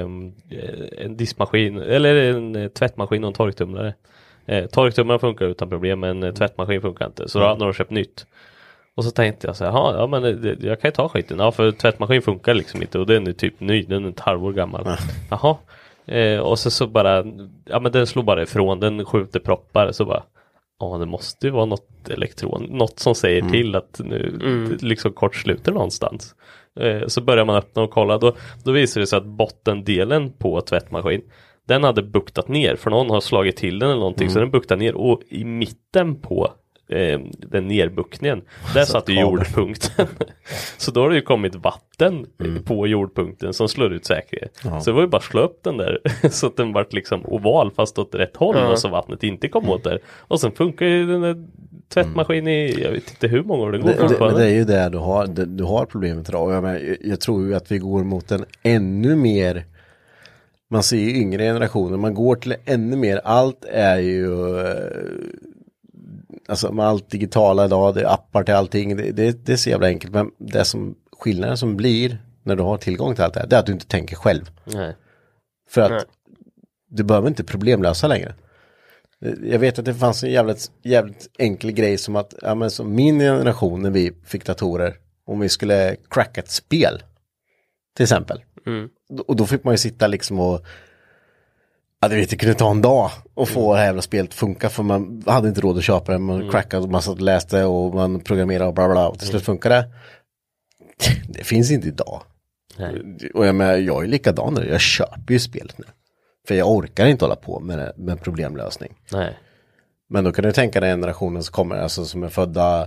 Speaker 6: en diskmaskin, eller en tvättmaskin och en torktumlare. Eh, torktumlaren funkar utan problem, men mm. tvättmaskin funkar inte. Så då hade de köpt nytt. Och så tänkte jag så här, ja men det, jag kan ju ta skiten. Ja, för tvättmaskin funkar liksom inte och den är typ ny, den är ett halvår gammal. Mm. Jaha, Eh, och så, så bara, ja men den slår bara ifrån, den skjuter proppar, så bara, ja det måste ju vara något elektron, något som säger mm. till att nu mm. liksom kortsluter någonstans. Eh, så börjar man öppna och kolla, då, då visar det sig att bottendelen på tvättmaskin, den hade buktat ner, för någon har slagit till den eller någonting, mm. så den buktar ner, och i mitten på eh, den nerbuckningen, där satt ju jordpunkten. Så då har det ju kommit vatten mm. på jordpunkten som slår ut säkerhet. Ja. Så det var ju bara att slå upp den där så att den vart liksom oval fast åt rätt håll, ja. Och så vattnet inte kom åt där. Och sen funkar ju den där tvättmaskinen i, jag vet inte hur många år det går.
Speaker 5: Det, det, men det är ju där du har, det, du har problemet idag. Jag, men, jag tror ju att vi går mot en ännu mer, man ser ju yngre generationer, man går till ännu mer, allt är ju alltså med allt digitala idag, det är appar till allting, det, det, det är så jävla enkelt, men det som skillnaden som blir när du har tillgång till allt det här, det är att du inte tänker själv.
Speaker 6: Nej.
Speaker 5: För att
Speaker 6: Nej.
Speaker 5: du behöver inte problemlösa längre. Jag vet att det fanns en jävligt, jävligt enkel grej som att, ja men som min generation när vi fick datorer, om vi skulle cracka ett spel till exempel.
Speaker 6: Mm.
Speaker 5: Och då fick man ju sitta liksom och, ja du vet, det kunde ta en dag och få mm. det här jävla spelet att funka, för man hade inte råd att köpa det, man mm. crackade och man satt och läste och man programmerade och bla bla, och till slut mm. funkade det. Det finns inte idag.
Speaker 6: Nej.
Speaker 5: Och jag menar, jag är likadan där, jag köper ju spelet nu. För jag orkar inte hålla på med, det, med problemlösning.
Speaker 6: Nej.
Speaker 5: Men då kan du tänka dig generationen som kommer, alltså som är födda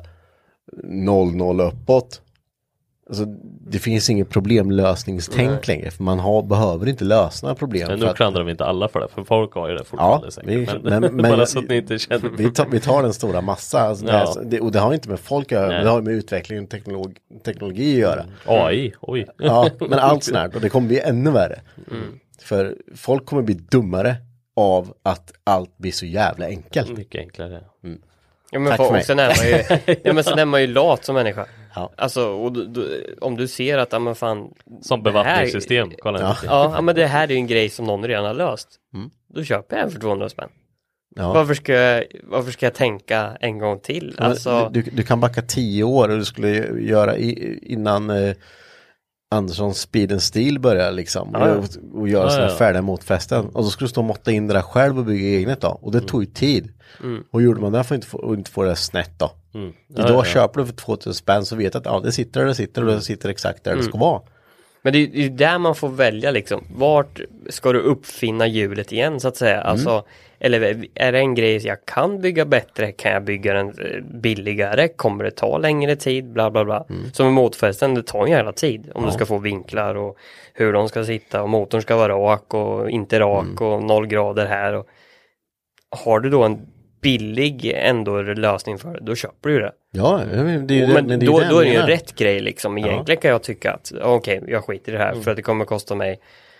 Speaker 5: noll noll uppåt. Alltså, det finns ingen problemlösningstänk Nej. längre, för man har, behöver inte lösa problem.
Speaker 6: Men nu
Speaker 5: att...
Speaker 6: klandrar vi inte alla för det, för folk har ju det fortfarande.
Speaker 5: Ja, vi,
Speaker 6: men, men, men, bara så att ni inte känner.
Speaker 5: Vi tar, vi tar den stora massa, alltså,
Speaker 6: ja.
Speaker 5: det, och det har inte med folk att göra, det har med utveckling och teknologi, teknologi att göra. Mm.
Speaker 6: A I, oj.
Speaker 5: Ja, men allt snart, och det kommer bli ännu värre.
Speaker 6: Mm.
Speaker 5: För folk kommer bli dummare av att allt blir så jävla enkelt.
Speaker 6: Mycket enklare.
Speaker 5: Mm.
Speaker 7: Ja, men för, och sen är man ju, ja, men sen är man ju lat som människa.
Speaker 5: Ja.
Speaker 7: Alltså, och du, du, om du ser att, ja men fan,
Speaker 6: som bevattningssystem, kolla
Speaker 7: ja. Ja, ja, men det här är ju en grej som någon redan har löst.
Speaker 5: Mm.
Speaker 7: Då köper jag en för tvåhundra spänn.
Speaker 5: Ja.
Speaker 7: Varför ska jag, varför ska jag tänka en gång till? Alltså...
Speaker 5: Du, du kan backa tio år, och du skulle göra i, innan eh, Anderssons Speed and Steel började liksom, ja, ja. och, och göra ja, sådana ja. färdiga motfästen. Och då skulle du stå och måtta in det där själv och bygga egnet då. Och det mm. tog ju tid.
Speaker 7: Mm.
Speaker 5: Och gjorde man det för att inte få, och inte få det snett då.
Speaker 6: Mm. Ja,
Speaker 5: Idag
Speaker 6: ja.
Speaker 5: köper du för tvåtusen spänn, så vet att ja, det sitter där det sitter och det sitter exakt där mm. det ska vara.
Speaker 7: Men det är ju där man får välja liksom. Vart ska du uppfinna hjulet igen så att säga? Mm. Alltså, eller är det en grej jag kan bygga bättre? Kan jag bygga den billigare? Kommer det ta längre tid? Bla bla bla. Mm. Som med motfästen, det tar en jävla tid. Om ja. du ska få vinklar och hur de ska sitta. Och motorn ska vara rak och inte rak mm. och noll grader här. Och har du då en billig ändå lösning för det, då köper du det.
Speaker 5: Ja, det är ju
Speaker 7: men
Speaker 5: det, det är
Speaker 7: då, då är det ju
Speaker 5: en
Speaker 7: rätt grej liksom. Egentligen ja. kan jag tycka att okej, okay, jag skiter i det här mm. för att det kommer kosta mig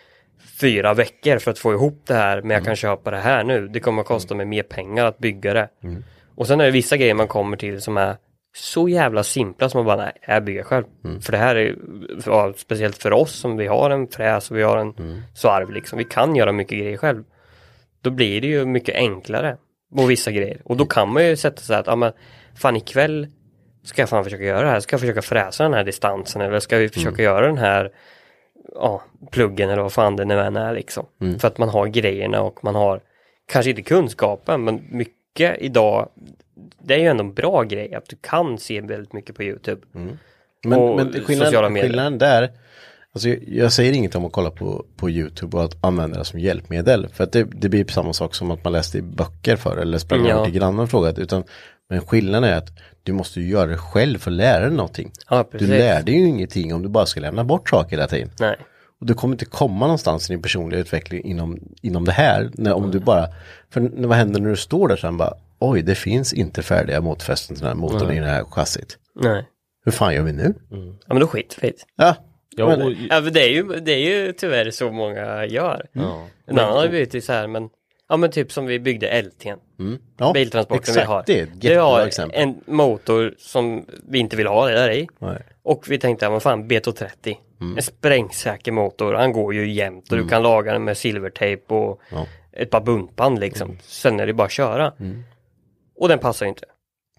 Speaker 7: fyra veckor för att få ihop det här, men jag mm. kan köpa det här nu. Det kommer kosta mig mer pengar att bygga det.
Speaker 5: Mm.
Speaker 7: Och sen är det vissa grejer man kommer till som är så jävla simpla som man bara, nej, jag bygger själv. Mm. För det här är ja, speciellt för oss som vi har en fräs och vi har en mm. svarv liksom. Vi kan göra mycket grejer själv. Då blir det ju mycket enklare på vissa grejer. Och då kan man ju sätta sig att, ja men fan ikväll ska jag fan försöka göra det här. Ska jag försöka fräsa den här distansen eller ska vi försöka mm. göra den här ja, pluggen eller vad fan det nu än är liksom. Mm. För att man har grejerna och man har kanske inte kunskapen, men mycket idag, det är ju ändå en bra grej att du kan se väldigt mycket på YouTube.
Speaker 5: Mm. Men, och men skillnaden, skillnaden där, alltså jag, jag säger inget om att kolla på, på YouTube och att använda det som hjälpmedel. För att det, det blir samma sak som att man läste i böcker för eller sprang över ja. till grannen och frågat. Utan, men skillnaden är att du måste ju göra det själv för att lära dig någonting.
Speaker 7: Ja,
Speaker 5: du lär dig ju ingenting om du bara ska lämna bort saker hela tiden.
Speaker 7: Nej.
Speaker 5: Och du kommer inte komma någonstans i din personliga utveckling inom, inom det här. När, om mm. du bara, för när, vad händer när du står där sen bara, oj det finns inte färdiga motfästen till den här motorn mm. i det här chassit.
Speaker 7: Nej.
Speaker 5: Hur fan gör vi nu?
Speaker 7: Mm. Ja men då skit skit.
Speaker 5: Ja.
Speaker 6: Ja,
Speaker 7: men, och, ja det, är ju, det är ju tyvärr så många gör. Mm. En annan har blivit så här, men ja men typ som vi byggde L T.
Speaker 5: Mm. Ja,
Speaker 7: biltransporten vi har.
Speaker 5: Det är
Speaker 7: det har exempel. En motor som vi inte vill ha det där i.
Speaker 5: Nej.
Speaker 7: Och vi tänkte, ja men fan B två trettio. Mm. En sprängsäker motor. Han går ju jämnt och mm. du kan laga den med silvertejp och ja. ett par buntband liksom. Mm. Sen är det bara att köra. Mm. Och den passar ju inte.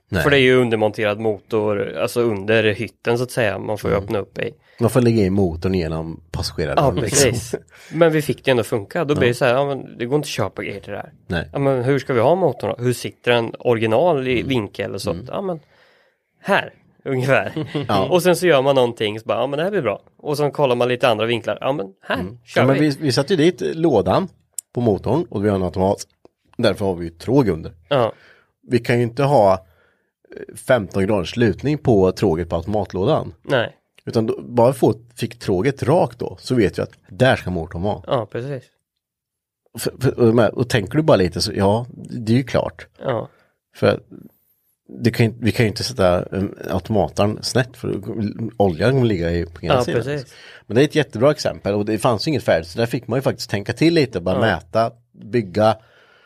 Speaker 5: Nej.
Speaker 7: För det är ju undermonterad motor, alltså under hytten så att säga. Man får ju
Speaker 5: Mm.
Speaker 7: öppna upp i.
Speaker 5: Man får lägga in motorn genom passageraren.
Speaker 7: Ja, precis.
Speaker 5: Liksom.
Speaker 7: Men vi fick det ändå funka. Då
Speaker 5: Ja.
Speaker 7: blir det så här, ja, men det går inte att köpa grejer till det här.
Speaker 5: Nej.
Speaker 7: Ja, men hur ska vi ha motorn då? Hur sitter den original i vinkel och sånt? Ja, men här, ungefär.
Speaker 5: Ja.
Speaker 7: Och sen så gör man någonting så bara, ja men det här blir bra. Och sen kollar man lite andra vinklar. Ja, men här, kör
Speaker 5: Ja, men
Speaker 7: vi.
Speaker 5: vi, vi satte ju dit lådan på motorn och vi har en automat. Därför har vi ju tråg under.
Speaker 7: Ja,
Speaker 5: Vi kan ju inte ha femton graders slutning på tråget på automatlådan.
Speaker 7: nej.
Speaker 5: Utan då, bara få, fick tråget rakt då, så vet vi att där ska motorn vara.
Speaker 7: Ja, precis.
Speaker 5: För, för, och, med, och tänker du bara lite så, ja, det är ju klart.
Speaker 7: Ja,
Speaker 5: För det kan, ju- vi kan ju inte sätta um, automaten snett, för oljan kommer ligga i, på ena
Speaker 7: ja
Speaker 5: sidan.
Speaker 7: precis.
Speaker 5: Men det är ett jättebra exempel och det fanns ju inget färdigt, så där fick man ju faktiskt tänka till lite, bara
Speaker 7: Ja.
Speaker 5: mäta, bygga.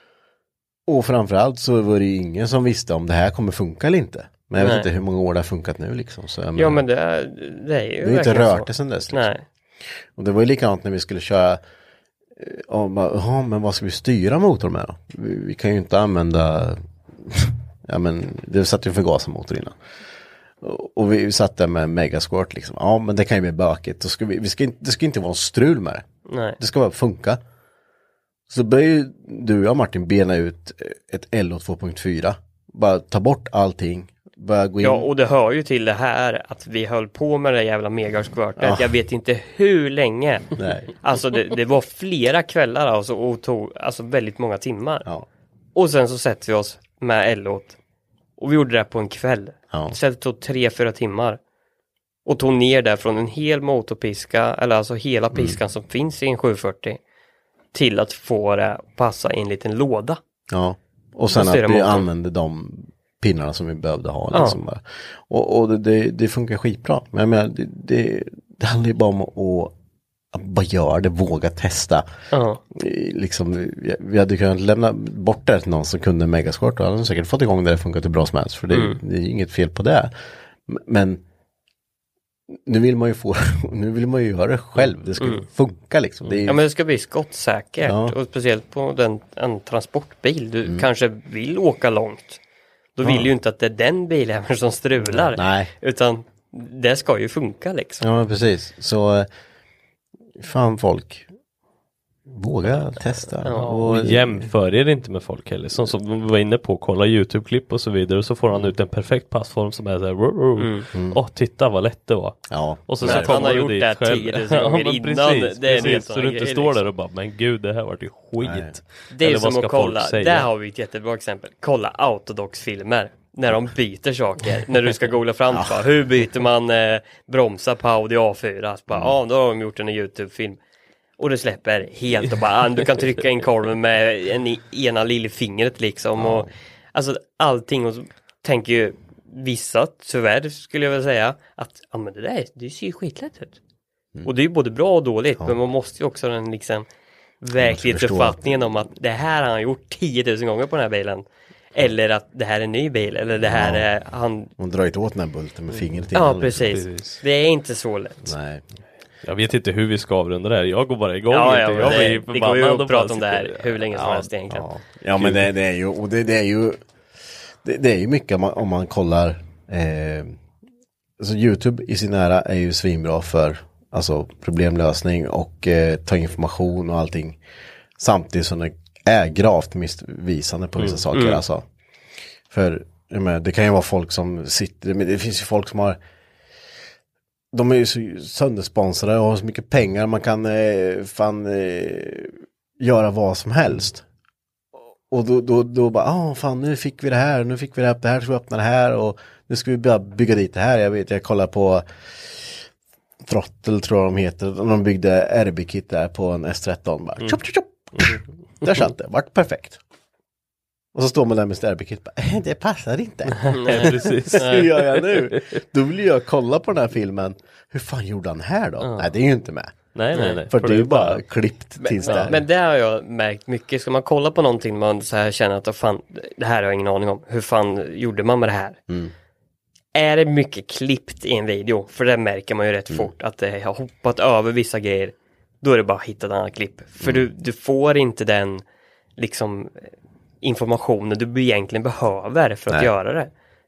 Speaker 5: Och framförallt så var det ju ingen som visste om det här kommer funka eller inte. Men jag vet
Speaker 7: Nej.
Speaker 5: inte hur många år det har funkat nu liksom. Så, jag
Speaker 7: Ja,
Speaker 5: menar,
Speaker 7: men det är, det är ju
Speaker 5: vi har ju inte
Speaker 7: verkligen
Speaker 5: rört
Speaker 7: så.
Speaker 5: det sedan dess. Liksom.
Speaker 7: Nej.
Speaker 5: Och det var ju likadant när vi skulle köra, eh, och bara, jaha, men vad ska vi styra motorn med då? Vi, vi kan ju inte använda, ja men det satt ju en förgasarmotor innan. Och, och vi satt där med megasquirt liksom, ja men det kan ju bli bökigt. Då ska vi, vi ska, inte- det ska inte vara en strul med det.
Speaker 7: Nej.
Speaker 5: Det ska bara funka. Så börjar ju du och jag, Martin, bena ut ett L O två punkt fyra. Bara ta bort allting. Börja gå in.
Speaker 7: Ja, och det hör ju till det här att vi höll på med det jävla megaskvörtet.
Speaker 5: Ja.
Speaker 7: Jag vet inte hur länge.
Speaker 5: Nej.
Speaker 7: Alltså det, det var flera kvällar alltså, och tog alltså väldigt många timmar.
Speaker 5: Ja.
Speaker 7: Och sen så sätter vi oss med L O. Och vi gjorde det på en kväll.
Speaker 5: Ja.
Speaker 7: Så det tog tre, fyra timmar. Och tog ner det från en hel motorpiska, eller alltså hela piskan
Speaker 5: Mm.
Speaker 7: som finns i en sjuhundrafyrtio. Till att få det att passa i en liten låda.
Speaker 5: Ja. Och sen
Speaker 7: Och styra
Speaker 5: att vi
Speaker 7: motorn.
Speaker 5: använde de pinnarna som vi behövde ha.
Speaker 7: Ja.
Speaker 5: Liksom bara. Och, och det, det, det funkar skitbra. Men jag menar, det, det, det handlar ju bara om att, att bara göra det, våga testa.
Speaker 7: Ja.
Speaker 5: I- Liksom, vi, vi hade kunnat lämna bort det till någon som kunde megasquirt. Då hade de säkert fått igång det, det funkar hur bra som helst. För det,
Speaker 7: Mm.
Speaker 5: det är ju inget fel på det. M- Men nu vill man ju få, nu vill man ju göra det själv. Det ska
Speaker 7: Mm.
Speaker 5: funka liksom. Det är ju,
Speaker 7: Ja, men det ska bli skottsäkert.
Speaker 5: Ja.
Speaker 7: Och speciellt på den, en transportbil. Du
Speaker 5: Mm.
Speaker 7: kanske vill åka långt. Då vill
Speaker 5: Ja.
Speaker 7: ju inte att det är den bilen som strular.
Speaker 5: Nej.
Speaker 7: Utan det ska ju funka liksom.
Speaker 5: Ja, precis. Så eh, fan folk, våga testa.
Speaker 7: Ja,
Speaker 6: Och jämför er inte med folk heller. Som, som vi var inne på, kolla YouTube-klipp och så vidare. Och så får han ut en perfekt passform som är så här, wow, wow.
Speaker 7: Mm.
Speaker 6: Åh, titta vad lätt det var.
Speaker 5: Ja.
Speaker 6: Och så,
Speaker 7: Men
Speaker 6: så
Speaker 7: han
Speaker 6: kommer
Speaker 7: har
Speaker 6: du
Speaker 7: gjort
Speaker 6: dit
Speaker 7: det här
Speaker 6: själv.
Speaker 7: tio tusen gånger
Speaker 6: men
Speaker 7: innan.
Speaker 6: Precis,
Speaker 7: Det är en helt
Speaker 6: precis. Så
Speaker 7: annan
Speaker 6: du inte
Speaker 7: grej,
Speaker 6: står där
Speaker 7: liksom.
Speaker 6: och bara, men gud, det här vart ju skit.
Speaker 5: Nej.
Speaker 7: Det är
Speaker 6: Eller vad
Speaker 7: som
Speaker 6: ska
Speaker 7: att kolla,
Speaker 6: folk säga?
Speaker 7: där har vi ett jättebra exempel. Kolla Autodox-filmer. När de byter saker. När du ska googla fram på hur byter man eh, bromsar på Audi A fyra. Så bara, ja, då har de gjort en YouTube-film. Och det släpper helt och bara, ah, du kan trycka in korven med en i, ena lillfingret liksom. Och, alltså allting. Och så tänker ju vissa, tyvärr skulle jag väl säga, att ja, men det där det ser ju skitlätt ut. Och det är ju både bra och dåligt. Men man måste ju också ha den liksom verklighetsuppfattningen om att det här har han gjort tio tusen gånger på den här bilen. Eller att det här är en ny bil. Eller det här
Speaker 5: Ja.
Speaker 7: är han...
Speaker 5: Hon drar inte åt den här bulten med fingret
Speaker 7: Ja,
Speaker 5: innan, liksom.
Speaker 7: precis.
Speaker 6: Precis.
Speaker 7: Det är inte så lätt.
Speaker 5: Nej.
Speaker 6: Jag vet inte hur vi ska avrunda det här. Jag går bara igång
Speaker 7: Ja, ja,
Speaker 6: lite.
Speaker 7: men
Speaker 6: Jag
Speaker 7: det,
Speaker 6: blir
Speaker 7: det går ju
Speaker 6: förbannad
Speaker 7: att
Speaker 6: och
Speaker 7: prata
Speaker 6: bara
Speaker 7: om det här
Speaker 6: sitter-
Speaker 7: hur länge som
Speaker 6: Ja,
Speaker 7: helst egentligen.
Speaker 5: Ja, ja men det, det är ju, och det, det är ju, det, det är ju mycket om man, om man kollar, eh, alltså YouTube i sin ära är ju svinbra för alltså problemlösning och eh, ta information och allting. Samtidigt som det är gravt missvisande på vissa saker
Speaker 7: mm.
Speaker 5: alltså. För jag menar, det kan ju vara folk som sitter, men det finns ju folk som har, de är ju så söndersponsrade och har så mycket pengar, man kan eh, fan eh, göra vad som helst. Och då, då, då bara, ah fan nu fick vi det här, nu fick vi det här, det här ska vi öppna det här och nu ska vi bara bygga dit det här. Jag vet, jag kollar på Throttle tror jag de heter, de byggde R B-kit där på en S tretton. Bara, chop, chop, chop. Där satt det, vart perfekt. Och så står man där med ett R B-kit, bara, "Eh, det passar inte.
Speaker 6: Nej, precis.
Speaker 5: Hur gör jag nu? Då vill jag kolla på den här filmen. Hur fan gjorde han här då?
Speaker 6: Ja.
Speaker 5: Nej, det är ju inte med.
Speaker 6: Nej, nej, nej.
Speaker 5: För det är ju bara klippt tills
Speaker 7: Men,
Speaker 5: där.
Speaker 7: men det har jag märkt mycket. Ska man kolla på någonting man så här känner att oh, fan, det här har jag ingen aning om. Hur fan gjorde man med det här?
Speaker 5: Mm.
Speaker 7: Är det mycket klippt i en video? För det märker man ju rätt
Speaker 5: Mm.
Speaker 7: fort att det har hoppat över vissa grejer. Då är det bara att hitta ett annat klipp. För
Speaker 5: Mm.
Speaker 7: du, du får inte den liksom informationen du egentligen behöver för att
Speaker 5: Nej.
Speaker 7: göra det.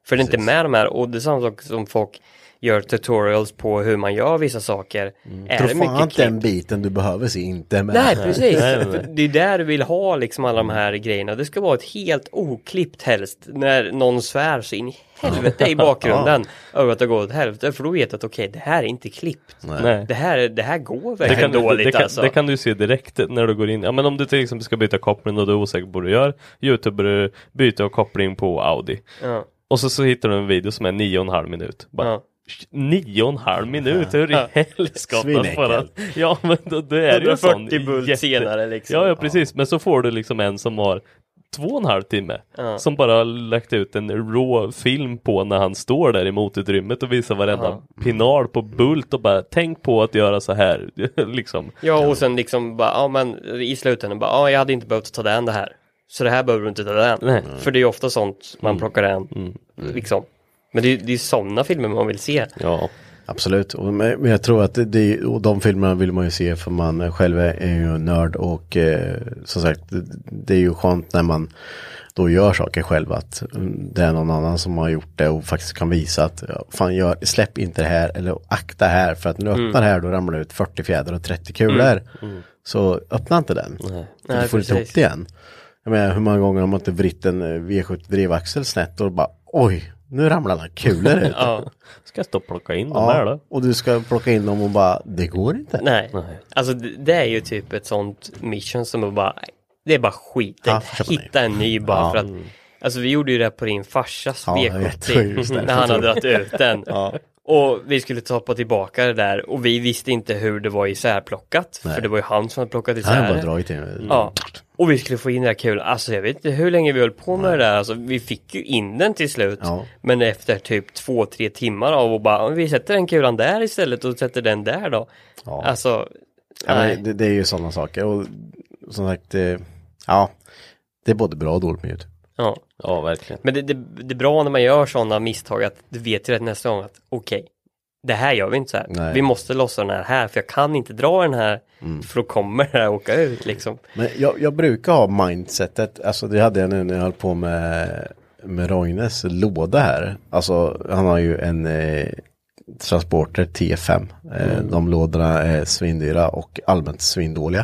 Speaker 7: För det är inte med de här, och det är samma sak som folk gör tutorials på hur man gör vissa saker.
Speaker 5: Mm.
Speaker 7: Är
Speaker 5: Tror
Speaker 7: det
Speaker 5: fan
Speaker 7: mycket
Speaker 5: inte den biten du behöver se inte med.
Speaker 7: Nej, precis. Det är där du vill ha liksom alla de här grejerna. Det ska vara ett helt oklippt helst. När någon svär så in i helvete i bakgrunden över att det går åt helvete. För då vet du att okej, okay, det här är inte klippt.
Speaker 6: Nej.
Speaker 7: Det, här, det här går
Speaker 6: Det
Speaker 7: verkligen
Speaker 6: kan,
Speaker 7: dåligt
Speaker 6: det, kan,
Speaker 7: alltså.
Speaker 6: det kan du se direkt när du går in. Ja, men om du till exempel ska byta koppling och du är osäker på vad du gör. YouTube byter koppling på Audi.
Speaker 7: Ja.
Speaker 6: Och så, så hittar du en video som är nio och en halv minut. Bara,
Speaker 7: Ja.
Speaker 6: Nio och en halv minut, hur
Speaker 7: Ja.
Speaker 6: i helskotta för att... Ja, men då, det är ju en sån
Speaker 7: hundrafyrtio bult
Speaker 6: jätte...
Speaker 7: senare liksom.
Speaker 6: Ja, ja, precis. Men så får du liksom en som har två och en halv timme.
Speaker 7: Ja.
Speaker 6: Som bara har lagt ut en raw film på när han står där i motutrymmet och visar varenda
Speaker 7: Ja.
Speaker 6: pinal på bult och bara tänk på att göra så här. liksom.
Speaker 7: Ja, och sen liksom bara, ja men i slutändan bara, ja jag hade inte behövt ta den det här. Så det här behöver du inte ta den.
Speaker 6: Nej.
Speaker 7: För det är ju ofta sånt man plockar den.
Speaker 6: Mm.
Speaker 7: Liksom. Men det är ju sådana filmer man vill se.
Speaker 6: Ja.
Speaker 5: Absolut, och, men jag tror att det, det, och de filmerna vill man ju se för man själv är ju nörd och eh, som sagt det, det är ju skönt när man då gör saker själv att det är någon annan som har gjort det och faktiskt kan visa att ja, fan gör, släpp inte det här eller akta här för att när du
Speaker 7: Mm.
Speaker 5: öppnar här då ramlar det ut fyrtio fjäder och trettio kulor.
Speaker 7: Mm. Mm.
Speaker 5: Så öppna inte den.
Speaker 6: Nej.
Speaker 5: För
Speaker 7: Nej,
Speaker 5: du får inte ihop
Speaker 7: precis.
Speaker 5: det igen. Jag menar, hur många gånger har man inte vritt en V sjuttio drivaxel snett och bara oj, nu ramlar alla kulor ut.
Speaker 7: Ja.
Speaker 6: Ska jag stå och plocka in dem här
Speaker 5: Ja,
Speaker 6: då?
Speaker 5: och du ska plocka in dem och bara, det går inte.
Speaker 7: Nej.
Speaker 6: Nej.
Speaker 7: Alltså det, det är ju typ ett sånt mission som är bara, det är bara skit.
Speaker 5: Ja, köpa
Speaker 7: Hitta en ny bara
Speaker 5: Ja.
Speaker 7: för att, alltså vi gjorde ju det på din farsas
Speaker 5: Ja,
Speaker 7: V
Speaker 5: jag vet, det var just
Speaker 7: sjuttio
Speaker 5: det.
Speaker 7: när han hade dragit ut den.
Speaker 5: Ja.
Speaker 7: Och vi skulle tappa tillbaka det där och vi visste inte hur det var isärplockat.
Speaker 5: Nej.
Speaker 7: För det var ju han som hade plockat
Speaker 5: Han har bara
Speaker 7: isär.
Speaker 5: dragit in.
Speaker 7: Ja, och vi skulle få in det här kul. Alltså jag vet inte hur länge vi höll på med det där. Alltså vi fick ju in den till slut.
Speaker 5: Ja.
Speaker 7: Men efter typ två, tre timmar av och bara, vi sätter den kulan där istället och sätter den där då.
Speaker 5: Ja.
Speaker 7: Alltså,
Speaker 5: Ja,
Speaker 7: nej.
Speaker 5: men det, det är ju sådana saker. Och som sagt, det, ja, det är både bra och dåligt med YouTube.
Speaker 7: Ja.
Speaker 6: Ja, verkligen.
Speaker 7: Men det, det, det är bra när man gör sådana misstag att du vet ju rätt nästa gång att okej, okay, det här gör vi inte så här.
Speaker 5: Nej.
Speaker 7: Vi måste lossa den här här för jag kan inte dra den här
Speaker 5: Mm.
Speaker 7: för då kommer det här åka ut liksom.
Speaker 5: Men jag, jag brukar ha mindsetet, alltså det hade jag nu när jag höll på med, med Roines låda här. Alltså han har ju en eh, Transporter T fem. Eh,
Speaker 6: Mm.
Speaker 5: De lådorna är svindyra och allmänt svindåliga.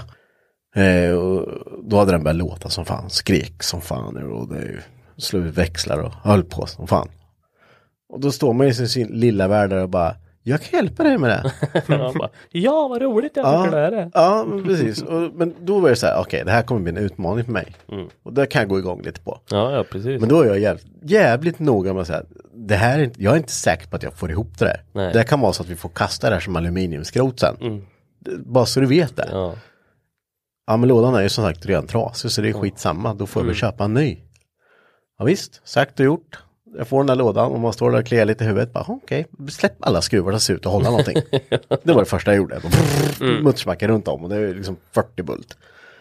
Speaker 5: Eh, och då hade den börjat låta som fan, skrek som fan och det är ju slog ut växlar och höll på som fan. Och då står man i sin, sin lilla värld där och bara, jag kan hjälpa dig med det.
Speaker 6: Ja, bara, ja, vad roligt jag
Speaker 5: Ja,
Speaker 6: tycker det är det.
Speaker 5: ja, men precis. Och, men då var det så här, okej, okay, det här kommer bli en utmaning för mig.
Speaker 6: Mm.
Speaker 5: Och det kan jag gå igång lite på.
Speaker 6: Ja, ja, precis.
Speaker 5: Men då är jag jävligt, jävligt noga med att säga, det här är inte, jag är inte säker på att jag får ihop det där.
Speaker 6: Nej.
Speaker 5: Det kan vara så att vi får kasta det här som aluminiumskrot sen.
Speaker 6: Mm.
Speaker 5: Det- Bara så du vet det. Ja.
Speaker 6: Ja.
Speaker 5: Men lådan är ju som sagt redan trasig så det är skitsamma. Då får jag väl köpa en ny. Ja visst, sagt och gjort. Jag får den där lådan och man står där och kliar lite i huvudet. Bara, okej, okay, släpp alla skruvar och se ut och hålla någonting. Det var det första jag gjorde. Mm. Mutsmackar runt om och det är liksom fyrtio bult.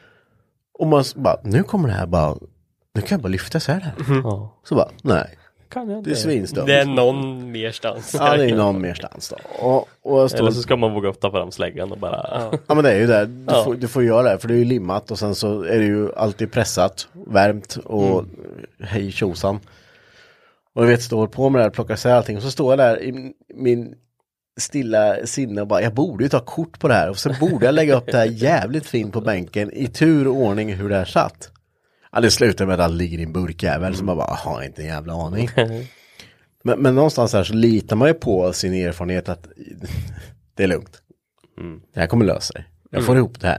Speaker 5: Och man s- bara, nu kommer det här bara, nu kan jag bara lyfta så här. här.
Speaker 6: Ja.
Speaker 5: Så bara, nej,
Speaker 6: Kan jag
Speaker 5: det är
Speaker 6: inte.
Speaker 5: svinstört.
Speaker 7: Det är någon merstans.
Speaker 5: Ja, det är ju någon merstans då. Och, och jag står,
Speaker 6: Eller så ska man våga ta fram släggan och bara...
Speaker 7: Ja.
Speaker 5: ja men det är ju det. Du,
Speaker 6: Ja.
Speaker 5: får, du får göra det för det är ju limmat och sen så är det ju alltid pressat, värmt och hej tjosan. Och jag vet, står på med det här, plockar sig allting och så står jag där i min stilla sinne och bara, jag borde ju ta kort på det här och så borde jag lägga upp det här jävligt fint på bänken i tur och ordning hur det här satt. Ja, det slutar med att allt ligger i en burkjävel som man bara, har inte en jävla aning. men, men någonstans här så litar man ju på sin erfarenhet att det är lugnt.
Speaker 6: Mm.
Speaker 5: Det här kommer lösa sig. Jag får ihop det här.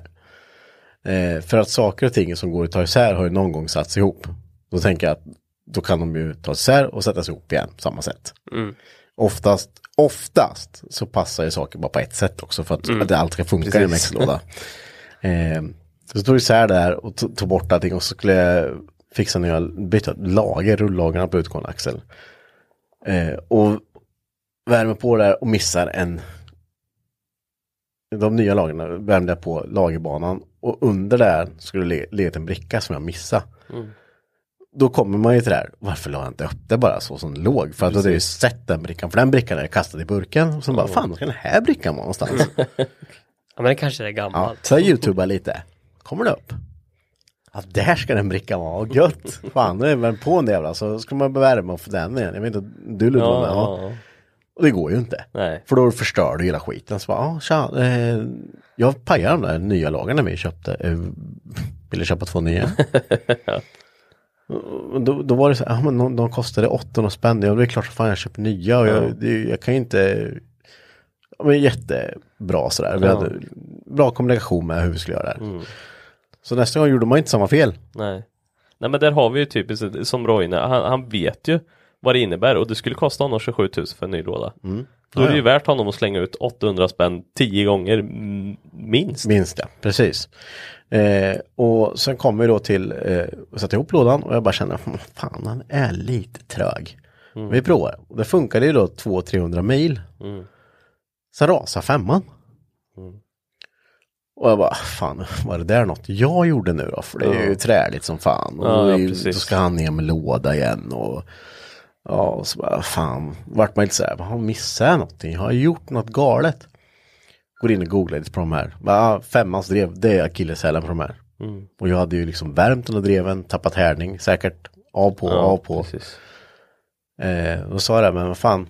Speaker 5: Eh, för att saker och ting som går att ta isär har ju någon gång satts ihop. Då tänker jag att då kan de ju ta isär och sättas ihop igen på samma sätt.
Speaker 7: Mm.
Speaker 5: Oftast, oftast så passar ju saker bara på ett sätt också för att, att det alltid ska funka i en växellåda. eh, så tog jag isär där och tog, tog bort allting och så skulle jag fixa nya, byta lager, rullagerna på utgående axel. Eh, och värmer på där och missar en, de nya lagerna värmde jag på lagerbanan och under där skulle le, leta en bricka som jag missade.
Speaker 6: Mm.
Speaker 5: Då kommer man ju till det här, varför la jag inte upp det bara så som det låg? För att då hade jag ju sett den brickan, för den brickan är jag kastad i burken. Och så bara, fan, vad ska den här brickan vara någonstans?
Speaker 7: Ja men det kanske är
Speaker 5: Ja,
Speaker 7: gammalt.
Speaker 5: så jag YouTubade lite. Kommer det upp? Ja, där ska den brickan vara. Gött. Fan, det är väl på en jävla. Så ska man bevärma och få den igen. Jag vet inte, du lurar
Speaker 6: Ja,
Speaker 5: med.
Speaker 6: ja.
Speaker 5: Ja. Och det går ju inte.
Speaker 6: Nej.
Speaker 5: För då förstör du hela skiten. Så bara, ja, tja, eh, jag pajade de där nya lagarna vi köpte. Eh, ville köpa två nya.
Speaker 6: Ja.
Speaker 5: Och då, då var det så ja men de, de kostade åttonhundra spänn. Ja, det är klart så fan jag köper nya. Och jag,
Speaker 6: Ja.
Speaker 5: det, jag kan ju inte... Ja, men jättebra sådär. Vi
Speaker 6: Ja.
Speaker 5: hade bra kommunikation med hur vi skulle göra det här.
Speaker 6: Mm.
Speaker 5: Så nästa gång gjorde man inte samma fel.
Speaker 6: Nej. Nej, men där har vi ju typiskt som Roine. Han, han vet ju vad det innebär. Och det skulle kosta honom tjugosju tusen för en ny låda.
Speaker 5: Mm.
Speaker 6: Då är det
Speaker 5: Ja,
Speaker 6: ju
Speaker 5: ja.
Speaker 6: värt honom att slänga ut åttahundra spänn tio gånger mm, minst.
Speaker 5: Minst, ja. Precis. Eh, och sen kom vi då till eh, och satte ihop lådan och jag bara kände, fan han är lite trög.
Speaker 6: Mm.
Speaker 5: Vi provar. Och det funkade ju då två till trehundra mil.
Speaker 6: Mm.
Speaker 5: Sen rasade femman.
Speaker 6: Mm.
Speaker 5: Och jag bara, fan, var det där något jag gjorde nu då? För det är ju
Speaker 6: Ja.
Speaker 5: träligt som fan. Och
Speaker 6: Ja,
Speaker 5: då,
Speaker 6: ja,
Speaker 5: är ju-
Speaker 6: precis.
Speaker 5: då ska han ner med låda igen. Och ja, och så bara, fan, vart man inte så här, har missat jag någonting? Har jag gjort något galet? Går in och googlar lite på de här. Bara, femmans drev, det är akilleshälen på de här.
Speaker 6: Mm.
Speaker 5: Och jag hade ju liksom värmt under dreven, tappat härdning, säkert av på,
Speaker 6: Ja,
Speaker 5: av på.
Speaker 6: precis.
Speaker 5: Eh, och sa det, men vad fan,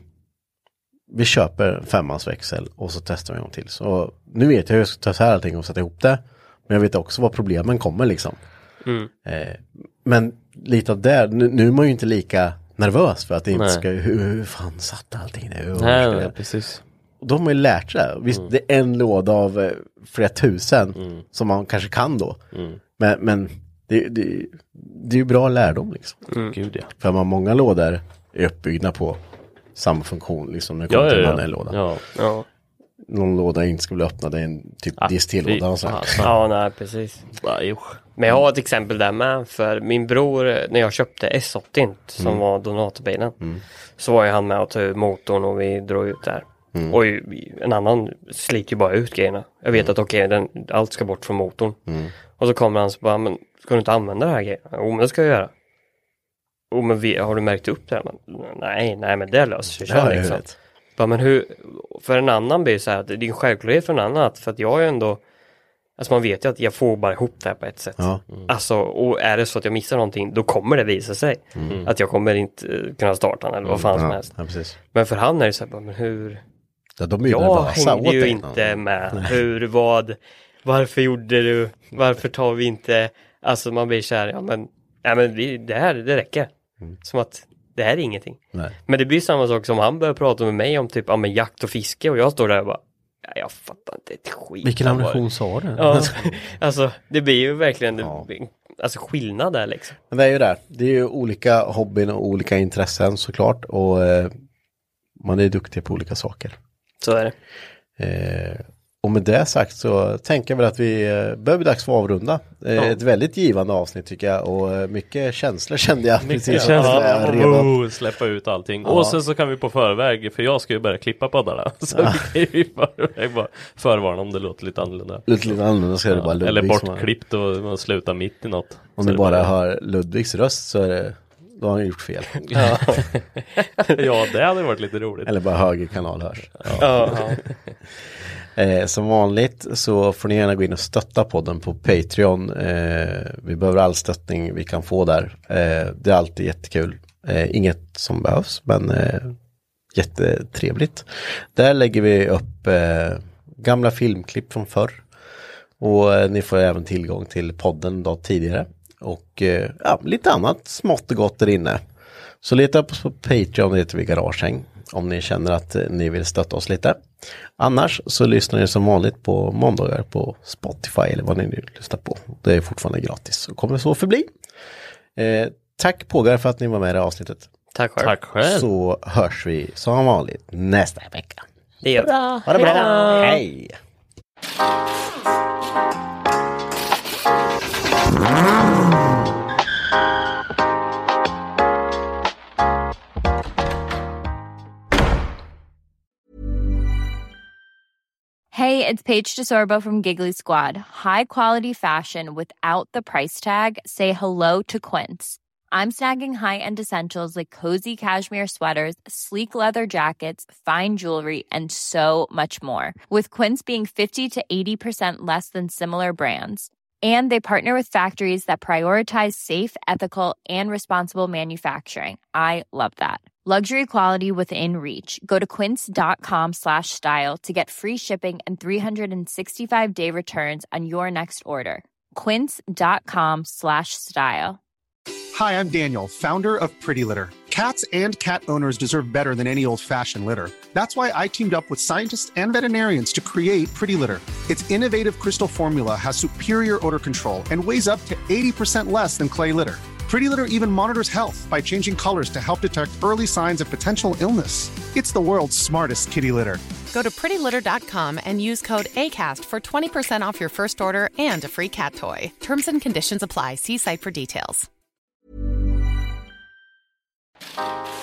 Speaker 5: vi köper femmans växel och så testar vi en gång till. Så nu vet jag hur jag ska ta så här allting och sätta ihop det. Men jag vet också vad problemen kommer liksom.
Speaker 6: Mm.
Speaker 5: Eh, men lite av det, nu, nu är man ju inte lika nervös för att det inte
Speaker 6: Nej.
Speaker 5: ska, hur, hur fan satt allting där? Hur
Speaker 6: Nej,
Speaker 5: ska
Speaker 6: nej,
Speaker 5: det-
Speaker 6: precis.
Speaker 5: Och de har ju lärt sig det. Visst,
Speaker 6: Mm.
Speaker 5: det är en låda av eh, flera tusen
Speaker 6: Mm.
Speaker 5: som man kanske kan då.
Speaker 6: Mm.
Speaker 5: Men, men det, det, det är ju bra lärdom liksom.
Speaker 6: Mm. Gud, ja.
Speaker 5: För man många lådor är uppbyggda på samma funktion liksom när det
Speaker 6: Ja,
Speaker 5: kommer till
Speaker 6: ja,
Speaker 5: en
Speaker 6: ja.
Speaker 5: manuell låda.
Speaker 6: Ja.
Speaker 7: Ja,
Speaker 5: Någon låda inte skulle bli öppnad, det är en typ
Speaker 6: Ah,
Speaker 5: D S T-låda och så.
Speaker 6: fy
Speaker 7: ja nej precis.
Speaker 6: Bara, jo.
Speaker 7: Men jag har ett exempel där med. För min bror, när jag köpte S åttio som
Speaker 5: Mm.
Speaker 7: var donatorbilen. Så var ju han med och tog ut motorn och vi drog ut där.
Speaker 5: Mm.
Speaker 7: Och ju- en annan sliter ju bara ut grejerna. Jag vet att okej, den allt ska bort från motorn.
Speaker 5: Mm.
Speaker 7: Och så kommer han så bara, men ska du inte använda det här grejen? Jo, men det ska jag göra. Jo, men vi, har du märkt upp det här? Men, nej, nej, men det löser sig.
Speaker 5: Ja,
Speaker 7: Kör,
Speaker 5: jag
Speaker 7: liksom.
Speaker 5: vet.
Speaker 7: Bara, men hur, för en annan blir det så här, att det är en självklarhet för en annan, att- för att jag är ändå, alltså man vet ju att jag får bara ihop det här på ett sätt.
Speaker 5: Ja.
Speaker 7: Alltså, och är det så att jag missar någonting, då kommer det visa sig. Att jag kommer inte eh, kunna starta den eller vad fan som
Speaker 5: Ja,
Speaker 7: helst.
Speaker 5: ja, precis.
Speaker 7: Men för han är det så här, bara, men hur,
Speaker 5: Ja, de är ju
Speaker 7: jag
Speaker 5: nervösa
Speaker 7: hängde
Speaker 5: åt
Speaker 7: ju
Speaker 5: det.
Speaker 7: inte med. Hur, vad, varför gjorde du, varför tar vi inte, alltså man blir så här, ja men, ja, men vi, det här, det räcker. Som att det här är ingenting.
Speaker 5: Nej.
Speaker 7: Men det blir samma sak som han börjar prata med mig om typ, ja men jakt och fiske och jag står där och bara, ja, jag fattar inte ett skit.
Speaker 5: Vilken
Speaker 7: av vad-
Speaker 5: ammunition sa du?
Speaker 7: Ja, alltså det blir ju verkligen,
Speaker 5: Ja.
Speaker 7: alltså skillnad där liksom.
Speaker 5: Men det är ju där. Det är ju olika hobbyn och olika intressen såklart. Och eh, man är duktig på olika saker.
Speaker 7: Så är det.
Speaker 5: Eh, och med det sagt så tänker jag väl att vi eh, börjar bli dags för att avrunda. Eh,
Speaker 6: Ja.
Speaker 5: Ett väldigt givande avsnitt tycker jag. Och eh, mycket känslor kände jag.
Speaker 6: Mycket
Speaker 5: precis.
Speaker 6: känslor.
Speaker 5: Ja, redan.
Speaker 6: Oh, släppa ut allting.
Speaker 5: Ja.
Speaker 6: Och sen så kan vi på förväg, för jag ska ju börja klippa poddarna. Så vi kan ju i förväg bara förvarna om det låter lite annorlunda.
Speaker 5: Lite, lite annorlunda så är det bara Ludvig
Speaker 6: Eller
Speaker 5: som har-
Speaker 6: bortklippt och man slutar mitt i något.
Speaker 5: Om
Speaker 6: Så
Speaker 5: du
Speaker 6: det
Speaker 5: bara har Ludvigs röst så är det, då har han gjort fel.
Speaker 6: Ja. Ja, det hade varit lite roligt.
Speaker 5: Eller bara höger kanal hörs.
Speaker 7: Ja,
Speaker 5: Eh, som vanligt så får ni gärna gå in och stötta podden på Patreon. Eh, vi behöver all stöttning vi kan få där. Eh, det är alltid jättekul. Eh, inget som behövs, men eh, jättetrevligt. Där lägger vi upp eh, gamla filmklipp från förr. Och eh, ni får även tillgång till podden då tidigare. Och eh, ja, lite annat smått och gott där inne. Så leta på, på Patreon, det heter vi Garagehäng. Om ni känner att eh, ni vill stötta oss lite. Annars så lyssnar ni som vanligt på måndagar på Spotify eller vad ni nu lyssnar på. Det är fortfarande gratis och kommer så förbli. Eh, tack Pågar för att ni var med i det här avsnittet.
Speaker 7: tack själv.
Speaker 6: Tack själv.
Speaker 5: Så hörs vi som vanligt nästa vecka.
Speaker 7: Det gör vi.
Speaker 5: Ha det bra. Hej!
Speaker 10: Hey, it's Paige DeSorbo from Giggly Squad. High quality fashion without the price tag. Say hello to Quince. I'm snagging high-end essentials like cozy cashmere sweaters, sleek leather jackets, fine jewelry, and so much more. With Quince being fifty to eighty percent less than similar brands. And they partner with factories that prioritize safe, ethical, and responsible manufacturing. I love that. Luxury quality within reach. Go to quince.com slash style to get free shipping and three sixty-five day returns on your next order. Quince.com slash style.
Speaker 8: Hi, I'm Daniel, founder of Pretty Litter. Cats and cat owners deserve better than any old-fashioned litter. That's why I teamed up with scientists and veterinarians to create Pretty Litter. Its innovative crystal formula has superior odor control and weighs up to eighty percent less than clay litter. Pretty Litter even monitors health by changing colors to help detect early signs of potential illness. It's the world's smartest kitty litter.
Speaker 9: Go to pretty litter dot com and use code ACAST for twenty percent off your first order and a free cat toy. Terms and conditions apply. See site for details.